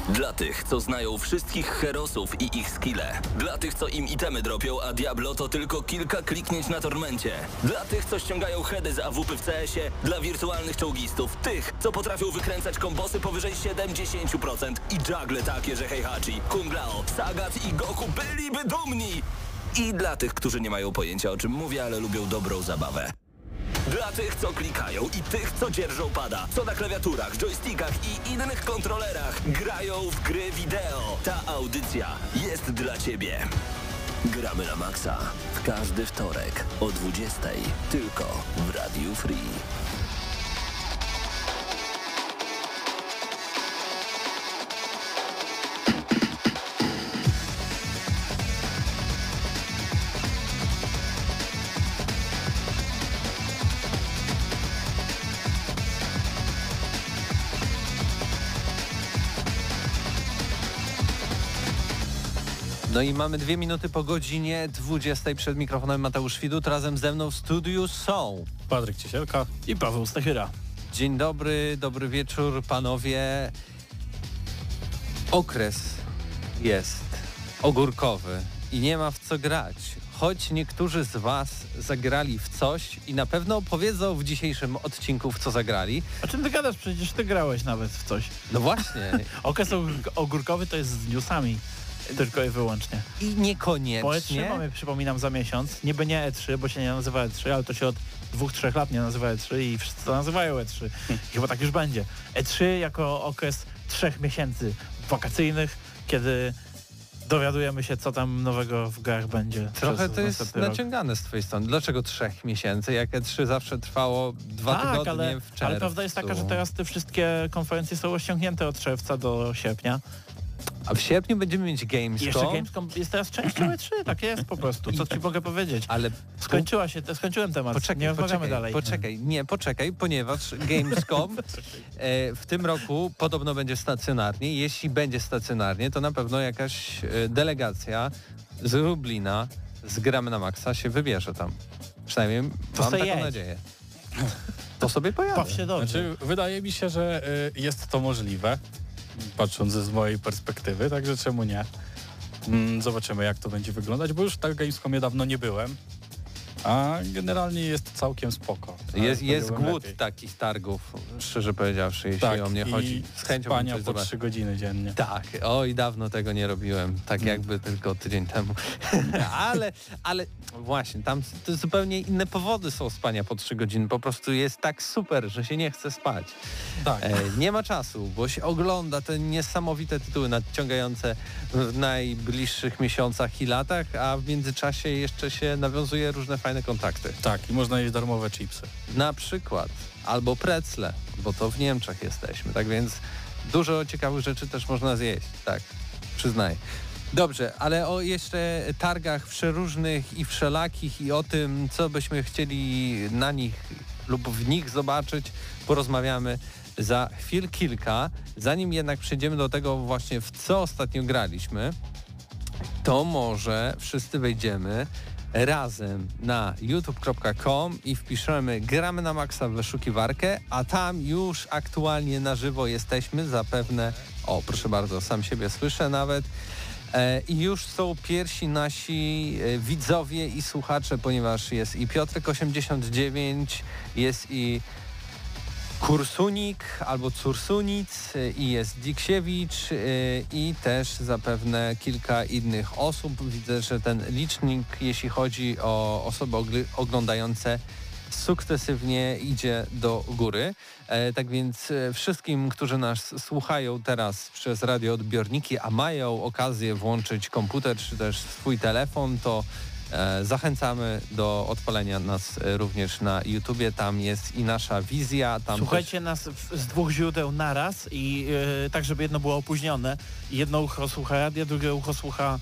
Dla tych, co znają wszystkich herosów i ich skille. Dla tych, co im itemy dropią, a Diablo to tylko kilka kliknięć na Tormencie. Dla tych, co ściągają heady z AWP w CS-ie. Dla wirtualnych czołgistów. Tych, co potrafią wykręcać kombosy powyżej 70% i juggle takie, że Heihachi, Kung Lao, Sagat i Goku byliby dumni. I dla tych, którzy nie mają pojęcia, o czym mówię, ale lubią dobrą zabawę. Dla tych, co klikają i tych, co dzierżą pada, co na klawiaturach, joystickach i innych kontrolerach grają w gry wideo. Ta audycja jest dla Ciebie. Gramy na maksa w każdy wtorek o 20:00 tylko w Radiu Free. No i mamy 2 minuty po godzinie 20:00. Przed mikrofonem Mateusz Widut. Razem ze mną w studiu są Patryk Ciesielka i Paweł Stachyra. Dzień dobry, dobry wieczór panowie. Okres jest ogórkowy i nie ma w co grać. Choć niektórzy z was zagrali w coś i na pewno opowiedzą w dzisiejszym odcinku, w co zagrali. A czym ty gadasz? Przecież ty grałeś nawet w coś. No właśnie. Okres ogórkowy to jest z newsami. Tylko i wyłącznie. I niekoniecznie. Po E3 mamy, przypominam, za miesiąc. Niby nie E3, bo się nie nazywa E3, ale to się od 2-3 lat nie nazywa E3 i wszyscy to nazywają E3. I chyba tak już będzie. E3 jako okres 3 miesięcy wakacyjnych, kiedy dowiadujemy się, co tam nowego w grach będzie. Trochę to jest naciągane z twojej strony. Dlaczego 3 miesięcy? Jak E3 zawsze trwało 2 tygodnie w czerwcu. Ale prawda jest taka, że teraz te wszystkie konferencje są rozciągnięte od czerwca do sierpnia. A w sierpniu będziemy mieć Gamescom. Jeszcze Gamescom jest teraz częścią E3, tak jest po prostu. Co ci mogę powiedzieć? Ale skończyłem temat. Nie rozmawiamy dalej. Poczekaj, ponieważ Gamescom w tym roku podobno będzie stacjonarnie. Jeśli będzie stacjonarnie, to na pewno jakaś delegacja z Lublina z Gramy na Maxa się wybierze tam. Przynajmniej mam taką nadzieję. To sobie pojadę. Baw się dobrze. Znaczy, wydaje mi się, że jest to możliwe, patrząc z mojej perspektywy, także czemu nie? Zobaczymy, jak to będzie wyglądać, bo już tak Gamescomie dawno nie byłem, a generalnie jest całkiem spoko. Jest głód takich targów, szczerze powiedziawszy, jeśli o mnie chodzi. Z chęcią spania po 3 godziny dziennie. Tak, oj, dawno tego nie robiłem, tak jakby tylko tydzień temu. ale właśnie, tam to zupełnie inne powody są spania po 3 godziny, po prostu jest tak super, że się nie chce spać. Tak. Nie ma czasu, bo się ogląda te niesamowite tytuły nadciągające w najbliższych miesiącach i latach, a w międzyczasie jeszcze się nawiązuje różne fajne kontakty. Tak, i można jeść darmowe chipsy. Na przykład, albo precle, bo to w Niemczech jesteśmy, tak więc dużo ciekawych rzeczy też można zjeść, tak, przyznaję. Dobrze, ale o jeszcze targach przeróżnych i wszelakich i o tym, co byśmy chcieli na nich lub w nich zobaczyć, porozmawiamy za chwil kilka. Zanim jednak przejdziemy do tego właśnie, w co ostatnio graliśmy, to może wszyscy wejdziemy razem na youtube.com i wpiszemy Gramy na Maxa w wyszukiwarkę, a tam już aktualnie na żywo jesteśmy, zapewne, o proszę bardzo, sam siebie słyszę nawet, i już są pierwsi nasi widzowie i słuchacze, ponieważ jest i Piotrek89, jest i Kursunik albo Cursunic i jest Diksiewicz i też zapewne kilka innych osób. Widzę, że ten licznik, jeśli chodzi o osoby oglądające, sukcesywnie idzie do góry. Tak więc wszystkim, którzy nas słuchają teraz przez radioodbiorniki, a mają okazję włączyć komputer czy też swój telefon, to zachęcamy do odpalenia nas również na YouTubie. Tam jest i nasza wizja. Tam słuchajcie też nas z 2 źródeł naraz i tak, żeby jedno było opóźnione. Jedno ucho słucha radia, drugie ucho słucha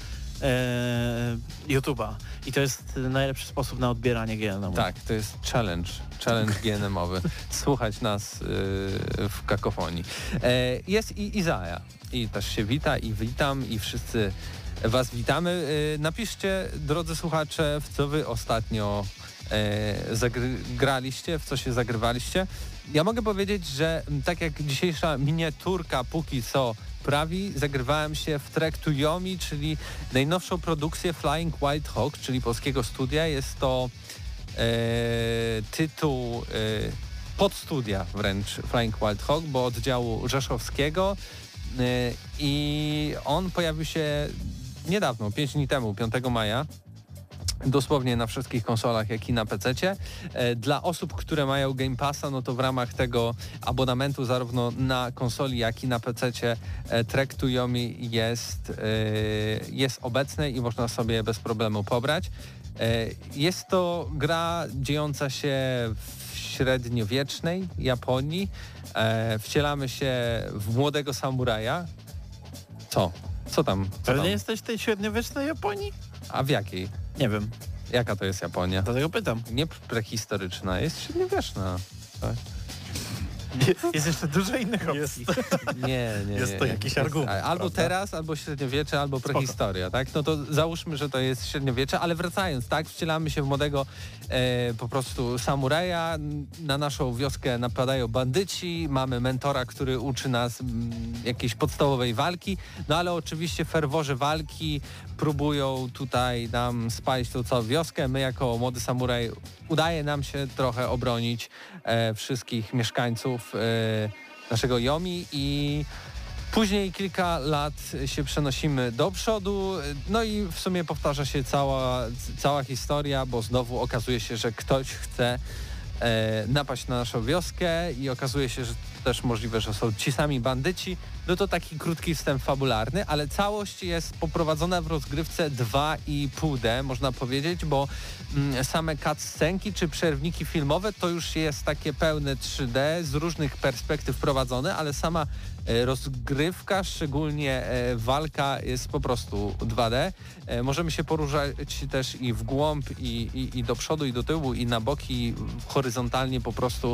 YouTube'a. I to jest najlepszy sposób na odbieranie GNM-u. Tak, to jest challenge GNM-owy. Słuchać nas w kakofonii. Jest i Izaja. I też się wita i witam i wszyscy was witamy. Napiszcie, drodzy słuchacze, w co wy ostatnio graliście, w co się zagrywaliście. Ja mogę powiedzieć, że tak jak dzisiejsza miniaturka póki co prawi, zagrywałem się w Trek to Yomi, czyli najnowszą produkcję Flying Wild Hog, czyli polskiego studia. Jest to tytuł podstudia wręcz Flying Wild Hog, bo oddziału rzeszowskiego i on pojawił się niedawno, 5 dni temu, 5 maja. Dosłownie na wszystkich konsolach, jak i na PC-cie. Dla osób, które mają Game Passa, no to w ramach tego abonamentu zarówno na konsoli, jak i na PC-cie Trek to Yomi jest obecny i można sobie bez problemu pobrać. Jest to gra dziejąca się w średniowiecznej Japonii. Wcielamy się w młodego samuraja. Co tam? Ale nie jesteś w tej średniowiecznej Japonii? A w jakiej? Nie wiem, Jaka to jest Japonia? dlatego pytam. Nie prehistoryczna, jest średniowieczna. Tak? Jest jeszcze dużo innych opcji. Nie. Jest to jakiś argument, Albo prawda? teraz, albo średniowiecze, albo prehistoria, tak? No to załóżmy, że to jest średniowiecze, ale wracając, tak? Wcielamy się w młodego po prostu samuraja. Na naszą wioskę napadają bandyci, mamy mentora, który uczy nas jakiejś podstawowej walki, no ale oczywiście ferworze walki próbują tutaj nam spalić tą całą wioskę. My jako młody samuraj udaje nam się trochę obronić wszystkich mieszkańców naszego Yomi i później kilka lat się przenosimy do przodu, no i w sumie powtarza się cała historia, bo znowu okazuje się, że ktoś chce napaść na naszą wioskę i okazuje się, że też możliwe, że są ci sami bandyci. No to taki krótki wstęp fabularny, ale całość jest poprowadzona w rozgrywce 2,5D, można powiedzieć, bo same cutscenki czy przerwniki filmowe to już jest takie pełne 3D z różnych perspektyw prowadzone, ale sama rozgrywka, szczególnie walka jest po prostu 2D. Możemy się poruszać też i w głąb, i do przodu, i do tyłu, i na boki, horyzontalnie po prostu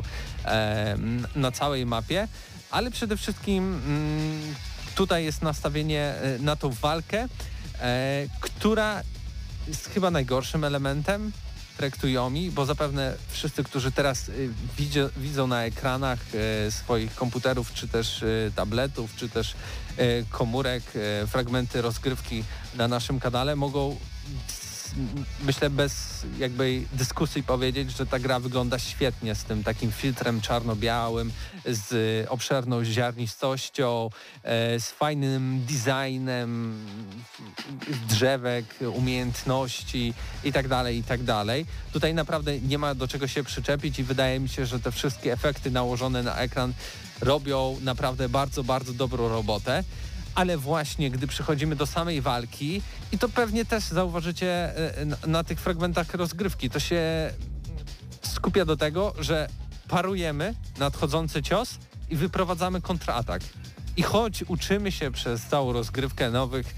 na całej mapie, ale przede wszystkim tutaj jest nastawienie na tą walkę, która jest chyba najgorszym elementem Trek to Yomi, bo zapewne wszyscy, którzy teraz widzą na ekranach swoich komputerów, czy też tabletów, czy też komórek, fragmenty rozgrywki na naszym kanale, mogą myślę bez jakby dyskusji powiedzieć, że ta gra wygląda świetnie z tym takim filtrem czarno-białym, z obszerną ziarnistością, z fajnym designem drzewek, umiejętności i tak dalej, i tak dalej. Tutaj naprawdę nie ma do czego się przyczepić i wydaje mi się, że te wszystkie efekty nałożone na ekran robią naprawdę bardzo, bardzo dobrą robotę. Ale właśnie gdy przychodzimy do samej walki, i to pewnie też zauważycie na tych fragmentach rozgrywki, to się skupia do tego, że parujemy nadchodzący cios i wyprowadzamy kontratak. I choć uczymy się przez całą rozgrywkę nowych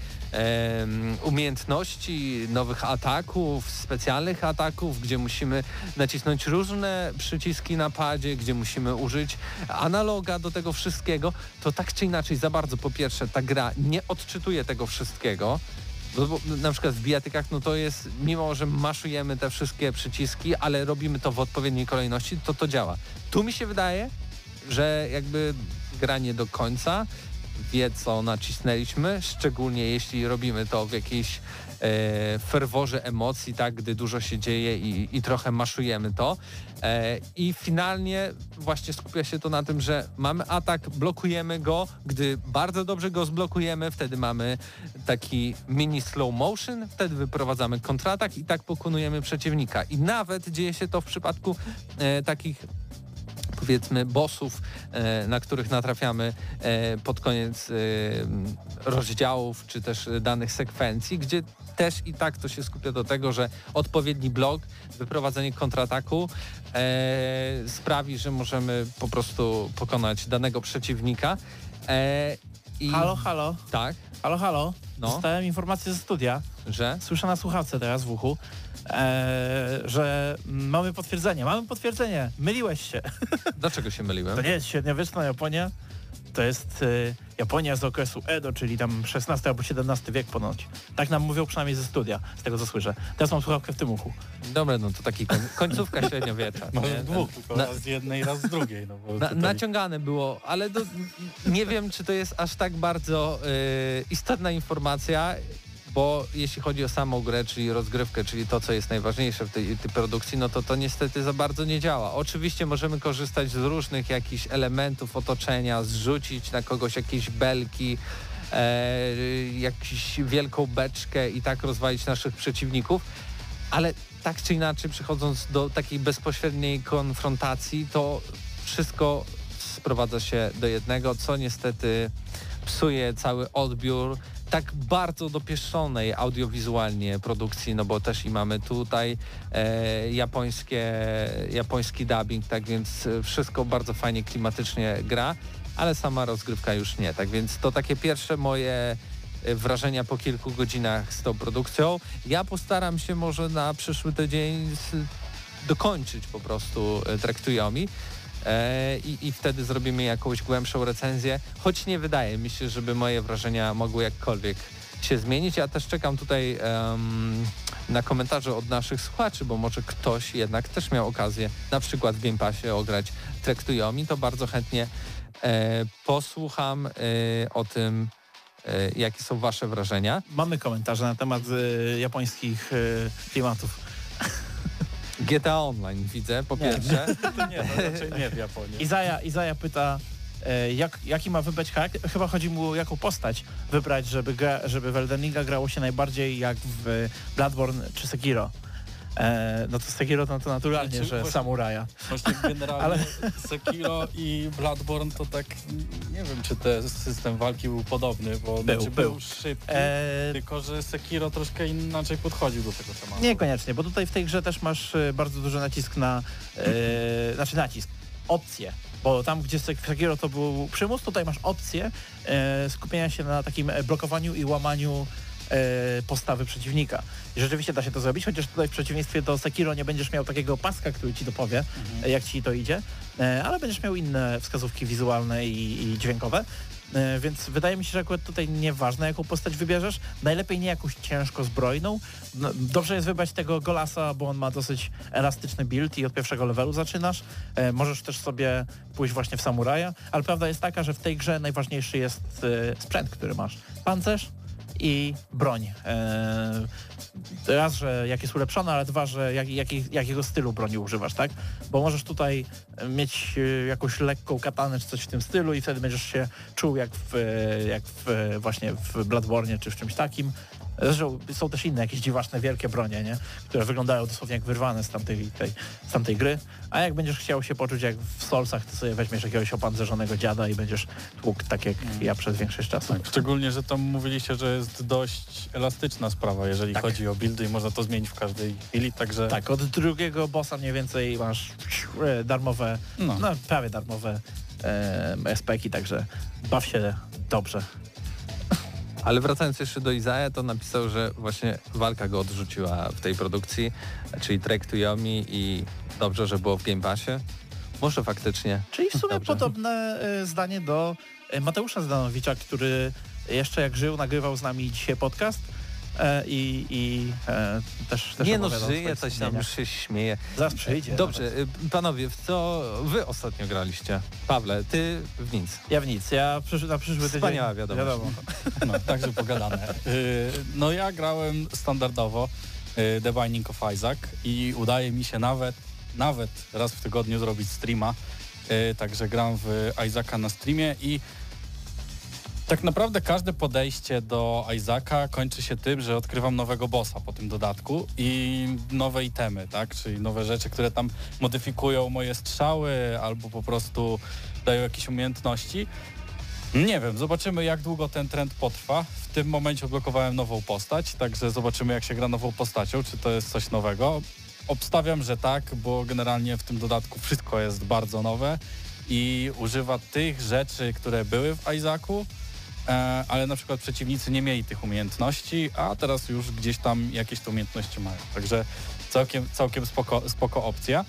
umiejętności, nowych ataków, specjalnych ataków, gdzie musimy nacisnąć różne przyciski na padzie, gdzie musimy użyć analoga do tego wszystkiego, to tak czy inaczej za bardzo po pierwsze ta gra nie odczytuje tego wszystkiego, bo na przykład w bijatykach no to jest, mimo że maszujemy te wszystkie przyciski, ale robimy to w odpowiedniej kolejności, to działa. Tu mi się wydaje, że jakby gra nie do końca wie, co nacisnęliśmy, szczególnie jeśli robimy to w jakiejś ferworze emocji, tak, gdy dużo się dzieje i trochę maszujemy to. I finalnie właśnie skupia się to na tym, że mamy atak, blokujemy go, gdy bardzo dobrze go zblokujemy, wtedy mamy taki mini slow motion, wtedy wyprowadzamy kontratak i tak pokonujemy przeciwnika. I nawet dzieje się to w przypadku takich powiedzmy bossów, na których natrafiamy pod koniec rozdziałów, czy też danych sekwencji, gdzie też i tak to się skupia do tego, że odpowiedni blok, wyprowadzenie kontrataku sprawi, że możemy po prostu pokonać danego przeciwnika. Halo? Tak? Halo? No. Dostałem informację ze studia, Że? słyszę na słuchawce teraz w uchu, że mamy potwierdzenie, myliłeś się. Dlaczego się myliłem? To nie jest średniowieczna Japonia, to jest Japonia z okresu Edo, czyli tam XVI albo XVII wiek ponoć. Tak nam mówią przynajmniej ze studia, z tego co słyszę. Teraz mam słuchawkę w tym uchu. Dobra, no to taki końcówka średniowiecza. Może nie? dwóch, tylko raz z jednej, raz z drugiej. No, bo tutaj... Naciągane było, ale nie wiem, czy to jest aż tak bardzo istotna informacja, bo jeśli chodzi o samą grę, czyli rozgrywkę, czyli to, co jest najważniejsze w tej produkcji, no to niestety za bardzo nie działa. Oczywiście możemy korzystać z różnych jakichś elementów otoczenia, zrzucić na kogoś jakieś belki, jakąś wielką beczkę i tak rozwalić naszych przeciwników, ale tak czy inaczej, przechodząc do takiej bezpośredniej konfrontacji, to wszystko sprowadza się do jednego, co niestety psuje cały odbiór tak bardzo dopieszczonej audiowizualnie produkcji, no bo też i mamy tutaj japoński dubbing, tak więc wszystko bardzo fajnie, klimatycznie gra, ale sama rozgrywka już nie. Tak więc to takie pierwsze moje wrażenia po kilku godzinach z tą produkcją. Ja postaram się może na przyszły tydzień dokończyć po prostu Trek to Yomi. I wtedy zrobimy jakąś głębszą recenzję, choć nie wydaje mi się, żeby moje wrażenia mogły jakkolwiek się zmienić. Ja też czekam tutaj na komentarze od naszych słuchaczy, bo może ktoś jednak też miał okazję na przykład w Game Passie ograć Trek to Yomi, to bardzo chętnie posłucham o tym, jakie są wasze wrażenia. Mamy komentarze na temat japońskich klimatów. GTA Online widzę, po pierwsze. To nie, no raczej nie w Japonii. Izaja pyta, jaki ma wybrać charakter? Chyba chodzi mu jaką postać wybrać, żeby w Elden Ringa grało się najbardziej jak w Bloodborne czy Sekiro. No to Sekiro to naturalnie, Znaczy, że właśnie- samuraja. Właśnie generalnie Ale- Sekiro i Bloodborne to tak, nie wiem, czy ten system walki był podobny, bo był szybki, tylko że Sekiro troszkę inaczej podchodził do tego tematu. Niekoniecznie, bo tutaj w tej grze też masz bardzo duży nacisk na, opcje. Bo tam, gdzie w Sekiro to był przymus, tutaj masz opcję skupienia się na takim blokowaniu i łamaniu postawy przeciwnika. I rzeczywiście da się to zrobić, chociaż tutaj w przeciwieństwie do Sekiro nie będziesz miał takiego paska, który ci dopowie, jak ci to idzie, ale będziesz miał inne wskazówki wizualne i dźwiękowe. Więc wydaje mi się, że akurat tutaj nieważne, jaką postać wybierzesz, najlepiej nie jakąś ciężko zbrojną. No, dobrze jest wybrać tego Golasa, bo on ma dosyć elastyczny build i od pierwszego levelu zaczynasz. Możesz też sobie pójść właśnie w samuraja, ale prawda jest taka, że w tej grze najważniejszy jest sprzęt, który masz. Pancerz i broń. Raz, że jak jest ulepszona, ale dwa, że jakiego stylu broni używasz, tak? Bo możesz tutaj mieć jakąś lekką katanę czy coś w tym stylu i wtedy będziesz się czuł jak właśnie w Bloodborne czy w czymś takim. Zresztą są też inne jakieś dziwaczne, wielkie bronie, nie? Które wyglądają dosłownie jak wyrwane z tamtej gry. A jak będziesz chciał się poczuć jak w Soulsach, to sobie weźmiesz jakiegoś opancerzonego dziada i będziesz tłukł tak jak ja przez większość czasu. Tak, szczególnie, że tam mówiliście, że jest dość elastyczna sprawa, jeżeli chodzi o buildy i można to zmienić w każdej chwili, także... Tak, od drugiego bossa mniej więcej masz darmowe, prawie darmowe SPki, także baw się dobrze. Ale wracając jeszcze do Izaja, to napisał, że właśnie walka go odrzuciła w tej produkcji, czyli Trek to Yomi i dobrze, że było w Game Passie. Może faktycznie. Czyli w sumie Dobrze. podobne zdanie do Mateusza Zdanowicza, który jeszcze jak żył, nagrywał z nami dzisiaj podcast też Nie no, opowiadał o żyje, swoich coś tam wspomnieniach. już się śmieje. Zaraz przyjdzie. Dobrze, panowie, w co wy ostatnio graliście? Pawle, ty w nic. Ja w nic, na przyszły tydzień... Wspaniała wiadomość. No, także pogadane. No ja grałem standardowo The Binding of Isaac i udaje mi się nawet raz w tygodniu zrobić streama. Także gram w Isaaca na streamie i tak naprawdę każde podejście do Isaaca kończy się tym, że odkrywam nowego bossa po tym dodatku i nowe itemy, tak? Czyli nowe rzeczy, które tam modyfikują moje strzały albo po prostu dają jakieś umiejętności. Nie wiem, zobaczymy jak długo ten trend potrwa. W tym momencie odblokowałem nową postać, także zobaczymy jak się gra nową postacią, czy to jest coś nowego. Obstawiam, że tak, bo generalnie w tym dodatku wszystko jest bardzo nowe i używa tych rzeczy, które były w Isaacu, ale na przykład przeciwnicy nie mieli tych umiejętności, a teraz już gdzieś tam jakieś te umiejętności mają. Także całkiem spoko opcja.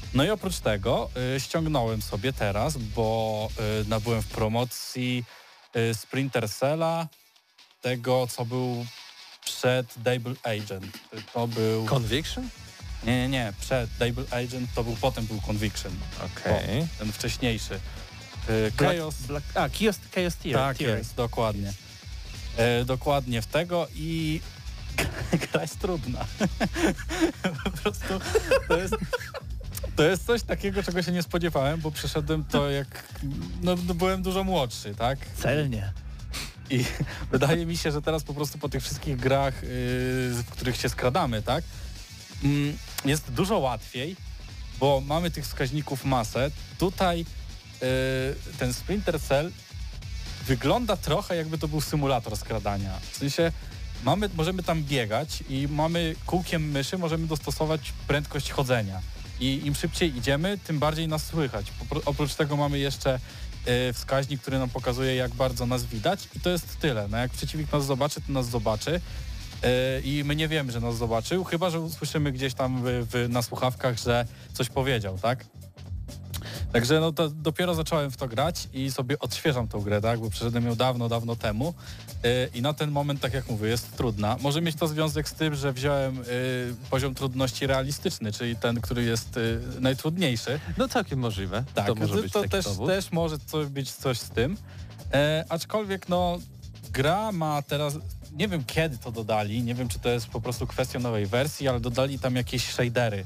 No i oprócz tego ściągnąłem sobie teraz, bo nabyłem w promocji Splinter Cella, tego co był przed Double Agent. To był... Conviction? Nie, przed Double Agent to był, potem był Conviction. Okej. Ten wcześniejszy. Chaos Theory. Tak jest, dokładnie. Dokładnie w tego i gra jest trudna. Po prostu to jest coś takiego, czego się nie spodziewałem, bo przeszedłem to jak... No byłem dużo młodszy, tak? Celnie. I wydaje mi się, że teraz po prostu po tych wszystkich grach, w których się skradamy, tak? Jest dużo łatwiej, bo mamy tych wskaźników masę. Tutaj ten Splinter Cell wygląda trochę jakby to był symulator skradania. W sensie możemy tam biegać i mamy kółkiem myszy, możemy dostosować prędkość chodzenia. I im szybciej idziemy, tym bardziej nas słychać. Oprócz tego mamy jeszcze wskaźnik, który nam pokazuje, jak bardzo nas widać i to jest tyle. No jak przeciwnik nas zobaczy, to nas zobaczy i my nie wiemy, że nas zobaczył, chyba że usłyszymy gdzieś tam na słuchawkach, że coś powiedział, tak? Także no to dopiero zacząłem w to grać i sobie odświeżam tą grę, tak? Bo przeszedłem ją dawno temu i na ten moment, tak jak mówię, jest trudna. Może mieć to związek z tym, że wziąłem poziom trudności realistyczny, czyli ten, który jest najtrudniejszy. No całkiem możliwe. Tak, to może być taki też może być coś z tym. Aczkolwiek no gra ma teraz, nie wiem kiedy to dodali, nie wiem czy to jest po prostu kwestia nowej wersji, ale dodali tam jakieś shadery.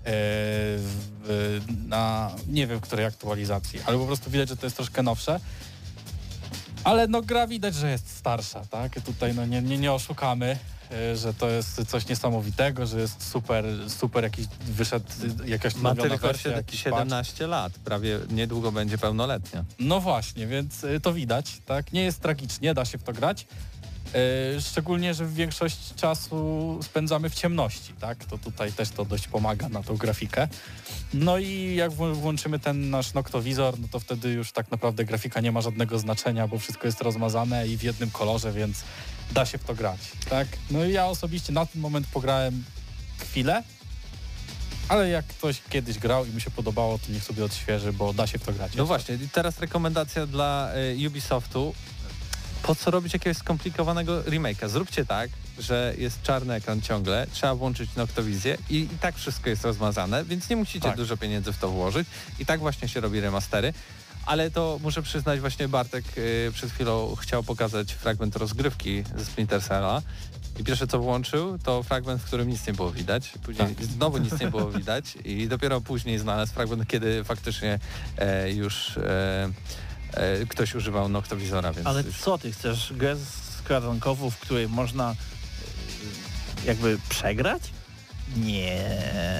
Na nie wiem w której aktualizacji, ale po prostu widać, że to jest troszkę nowsze. Ale no gra widać, że jest starsza, tak? Tutaj no nie oszukamy, że to jest coś niesamowitego, że jest super jakiś wyszedł jakaś ma nowiona tylko wersja, jakiś 17 lat, prawie niedługo będzie pełnoletnia. No właśnie, więc to widać, tak? Nie jest tragicznie, da się w to grać. Szczególnie, że większość czasu spędzamy w ciemności, tak? To tutaj też to dość pomaga na tą grafikę. No i jak włączymy ten nasz noktowizor, no to wtedy już tak naprawdę grafika nie ma żadnego znaczenia, bo wszystko jest rozmazane i w jednym kolorze, więc da się w to grać, tak? No i ja osobiście na ten moment pograłem chwilę, ale jak ktoś kiedyś grał i mu się podobało, to niech sobie odświeży, bo da się w to grać. No właśnie, teraz rekomendacja dla Ubisoftu. Po co robić jakiegoś skomplikowanego remake'a? Zróbcie tak, że jest czarny ekran ciągle, trzeba włączyć noktowizję i tak wszystko jest rozmazane, więc nie musicie dużo pieniędzy w to włożyć. I tak właśnie się robi remastery. Ale to muszę przyznać, właśnie Bartek przed chwilą chciał pokazać fragment rozgrywki ze Splinter Cella. I pierwsze co włączył, to fragment, w którym nic nie było widać. Później znowu nic nie było widać i dopiero później znalazł fragment, kiedy faktycznie już ktoś używał noktowizora. Więc ale już... co ty chcesz? Grę skradankową, w której można jakby przegrać? Nie.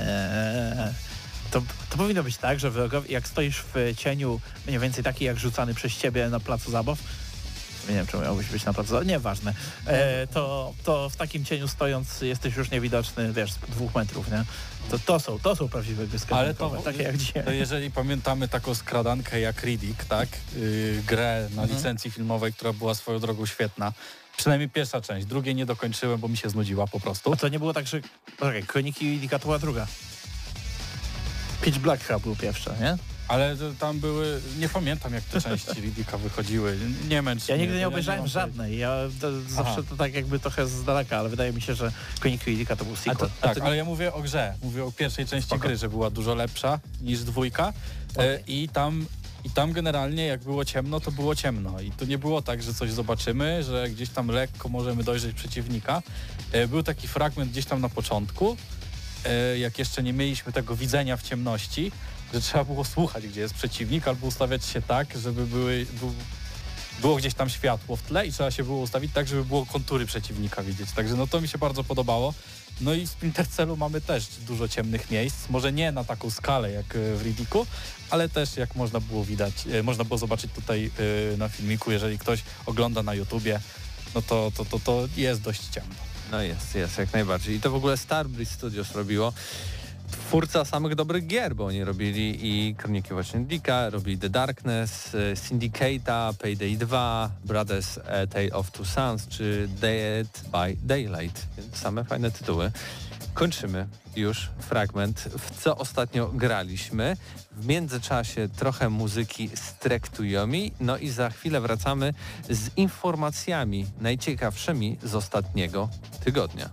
To powinno być tak, że wrogowie, jak stoisz w cieniu mniej więcej taki jak rzucany przez ciebie na placu zabaw, nie wiem, czy miałbyś być na placu zabaw, nieważne, to w takim cieniu stojąc jesteś już niewidoczny, wiesz, z 2 metrów, nie? To są prawdziwe gry skradankowe, ale takie jak dzisiaj. To jeżeli pamiętamy taką skradankę jak Riddick, tak? Grę na licencji filmowej, która była swoją drogą świetna. Przynajmniej pierwsza część. Drugiej nie dokończyłem, bo mi się znudziła po prostu. A to nie było tak, że... Okej, Kroniki Riddicka to była druga. Pitch Black chyba był pierwsza, nie? Ale tam były... Nie pamiętam, jak te części Riddicka wychodziły. Nie męcz Ja mnie, nigdy bo nie obejrzałem żadnej. Ja zawsze to tak jakby trochę z daleka, ale wydaje mi się, że Kroniki Riddicka to był sequel. Tak, ale ja mówię o grze. Mówię o pierwszej części gry, że była dużo lepsza niż 2. I tam generalnie jak było ciemno, to było ciemno. I to nie było tak, że coś zobaczymy, że gdzieś tam lekko możemy dojrzeć przeciwnika. Był taki fragment gdzieś tam na początku, jak jeszcze nie mieliśmy tego widzenia w ciemności, że trzeba było słuchać, gdzie jest przeciwnik, albo ustawiać się tak, żeby było gdzieś tam światło w tle i trzeba się było ustawić tak, żeby było kontury przeciwnika widzieć. Także no to mi się bardzo podobało. No i w Splinter Cellu mamy też dużo ciemnych miejsc, może nie na taką skalę jak w Riddicku, ale też jak można było widać, można było zobaczyć tutaj na filmiku, jeżeli ktoś ogląda na YouTubie, no to jest dość ciemno. No jest, jak najbardziej. I to w ogóle Starbreeze Studios robiło. Twórca samych dobrych gier, bo oni robili i Kroniki właśnie Riddicka, robili The Darkness, Syndicate'a, Payday 2, Brothers A Tale of Two Sons czy Dead by Daylight, więc same fajne tytuły. Kończymy już fragment, w co ostatnio graliśmy. W międzyczasie trochę muzyki z Trektuyomi, no i za chwilę wracamy z informacjami najciekawszymi z ostatniego tygodnia.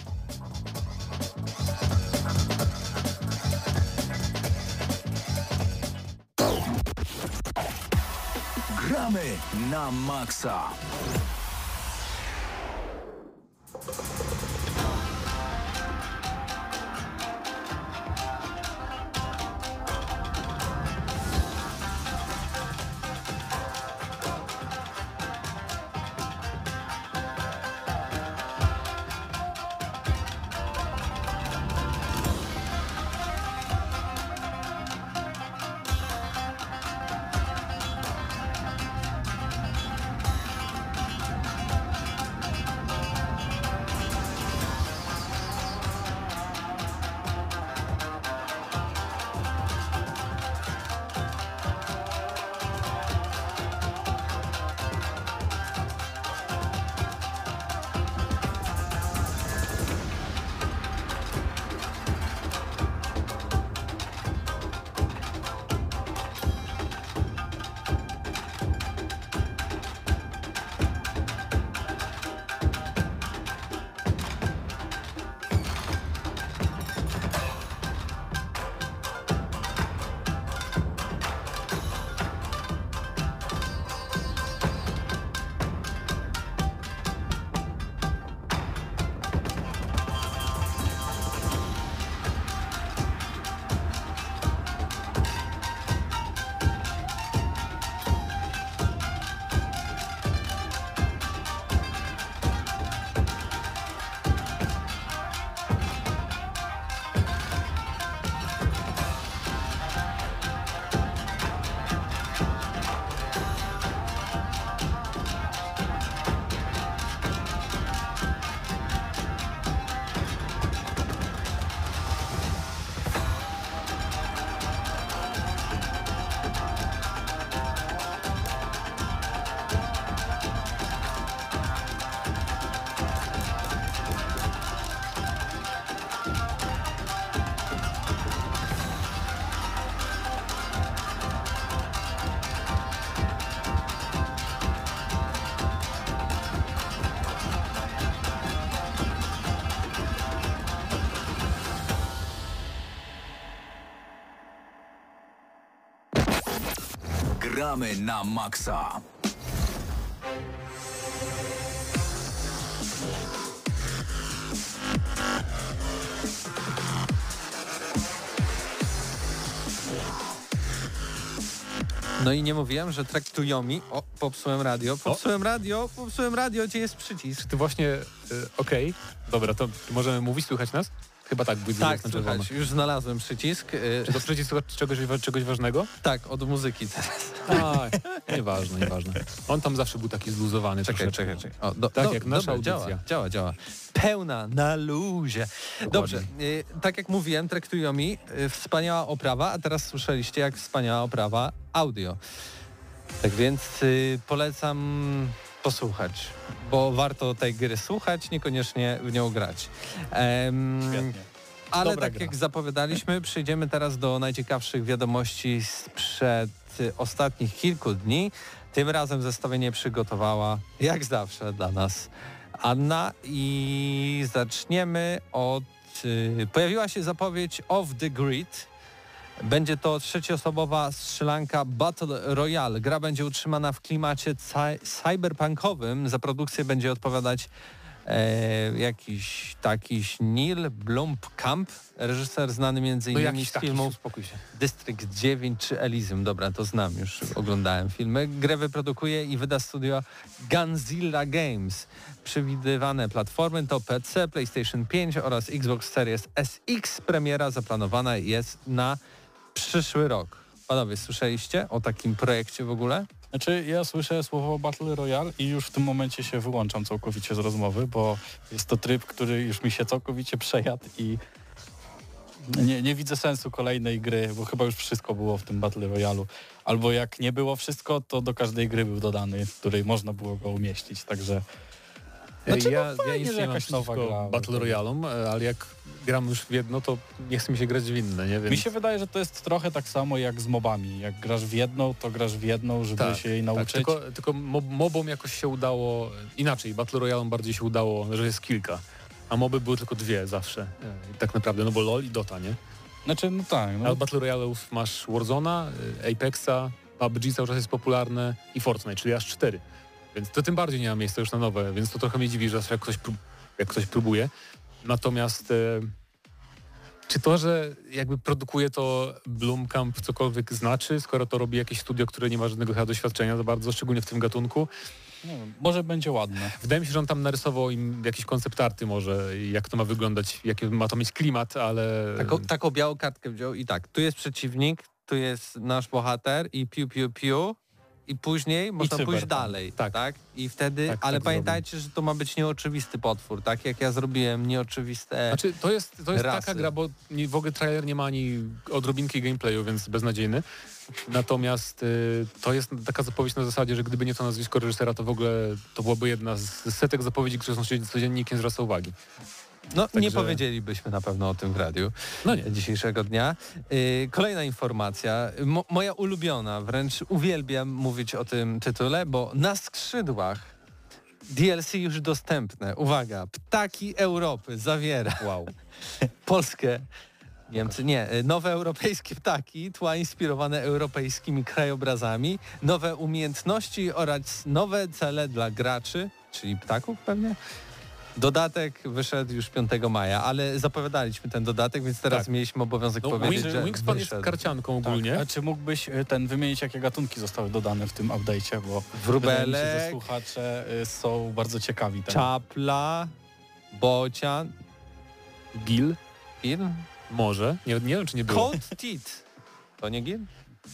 Gramy na maksa. Gramy na maksa. No i nie mówiłem, że Trektuyomi... O, popsułem radio, gdzie jest przycisk? Ty właśnie, okej, dobra, to możemy mówić, słychać nas? Chyba tak, budzi Tak, słychać, już znalazłem przycisk. Czy to przycisk czegoś ważnego? Tak, od muzyki teraz. A, nieważne. On tam zawsze był taki zluzowany. Czekaj. O, tak jak nasza dobra, audycja. Działa. Pełna, na luzie. Dobrze, tak jak mówiłem, Trektuyomi, wspaniała oprawa, a teraz słyszeliście, jak wspaniała oprawa audio. Tak więc polecam posłuchać, bo warto tej gry słuchać, niekoniecznie w nią grać. Świetnie. Ale Dobra tak gra. jak zapowiadaliśmy, przejdziemy teraz do najciekawszych wiadomości sprzed ostatnich kilku dni. Tym razem zestawienie przygotowała, jak zawsze, dla nas Anna i zaczniemy od... Pojawiła się zapowiedź Off the Grid. Będzie to trzecioosobowa strzelanka Battle Royale. Gra będzie utrzymana w klimacie cyberpunkowym. Za produkcję będzie odpowiadać jakiś taki Neil Blomkamp, reżyser znany m.in. z filmów uspokój się. District 9 czy Elysium. Dobra, to znam, już oglądałem filmy. Grę wyprodukuje i wyda studio Gunzilla Games. Przewidywane platformy to PC, PlayStation 5 oraz Xbox Series SX. Premiera zaplanowana jest na przyszły rok. Panowie, słyszeliście o takim projekcie w ogóle? Znaczy, ja słyszę słowo Battle Royale i już w tym momencie się wyłączam całkowicie z rozmowy, bo jest to tryb, który już mi się całkowicie przejadł i nie widzę sensu kolejnej gry, bo chyba już wszystko było w tym Battle Royale'u. Albo jak nie było wszystko, to do każdej gry był dodany, w której można było go umieścić, także Znaczy, ja fajnie, nic że nie mam jakaś nowa przeciwko gra. Battle Royalom, ale jak gram już w jedno, to nie chce mi się grać w inne, nie? Więc... Mi się wydaje, że to jest trochę tak samo jak z mobami. Jak grasz w jedną, to grasz w jedną, żeby się jej nauczyć. tylko mobom jakoś się udało, inaczej, Battle Royalom bardziej się udało, że jest kilka, a moby były tylko dwie zawsze. Tak naprawdę, no bo LoL i Dota, nie? Znaczy, no tak. No. A od Battle Royalów masz Warzone'a, Apexa, PUBG cały czas jest popularne i Fortnite, czyli aż 4. Więc to tym bardziej nie ma miejsca już na nowe, więc to trochę mnie dziwi, że jak ktoś próbuje. Natomiast czy to, że jakby produkuje to Blomkamp cokolwiek znaczy, skoro to robi jakieś studio, które nie ma żadnego chyba doświadczenia za bardzo, szczególnie w tym gatunku? Nie wiem, może będzie ładne. Wydaje mi się, że on tam narysował im jakieś koncept arty może, jak to ma wyglądać, jaki ma to mieć klimat, ale... Taką białą kartkę wziął i tak, tu jest przeciwnik, tu jest nasz bohater i piu. I później można pójść cyberpunk. dalej, tak? I wtedy, Tak, ale tak pamiętajcie, że to ma być nieoczywisty potwór, tak? Jak ja zrobiłem nieoczywiste... Znaczy, to jest rasy. taka gra, bo w ogóle trailer nie ma ani odrobinki gameplayu, więc beznadziejny. Natomiast to jest taka zapowiedź na zasadzie, że gdyby nie to nazwisko reżysera, to w ogóle to byłaby jedna z setek zapowiedzi, które są codziennie nie zwraca uwagi. No nie Także- powiedzielibyśmy na pewno o tym w radiu No nie. dzisiejszego dnia. Kolejna informacja, moja ulubiona, wręcz uwielbiam mówić o tym tytule, bo na skrzydłach DLC już dostępne. Uwaga, Ptaki Europy zawiera Wow. Polskę, Niemcy, nie, nowe europejskie ptaki, tła inspirowane europejskimi krajobrazami, nowe umiejętności oraz nowe cele dla graczy, czyli ptaków pewnie. Dodatek wyszedł już 5 maja, ale zapowiadaliśmy ten dodatek, więc teraz Tak. mieliśmy obowiązek No, powiedzieć, że Wingspan jest wyszedł. karcianką ogólnie. Tak. A czy mógłbyś wymienić, jakie gatunki zostały dodane w tym update'cie, bo Wróbelek, wydaje mi się, że słuchacze są bardzo ciekawi tego. czapla, bocian, Gil? gil, Może. Nie wiem, czy nie było. cold teeth. To nie gil?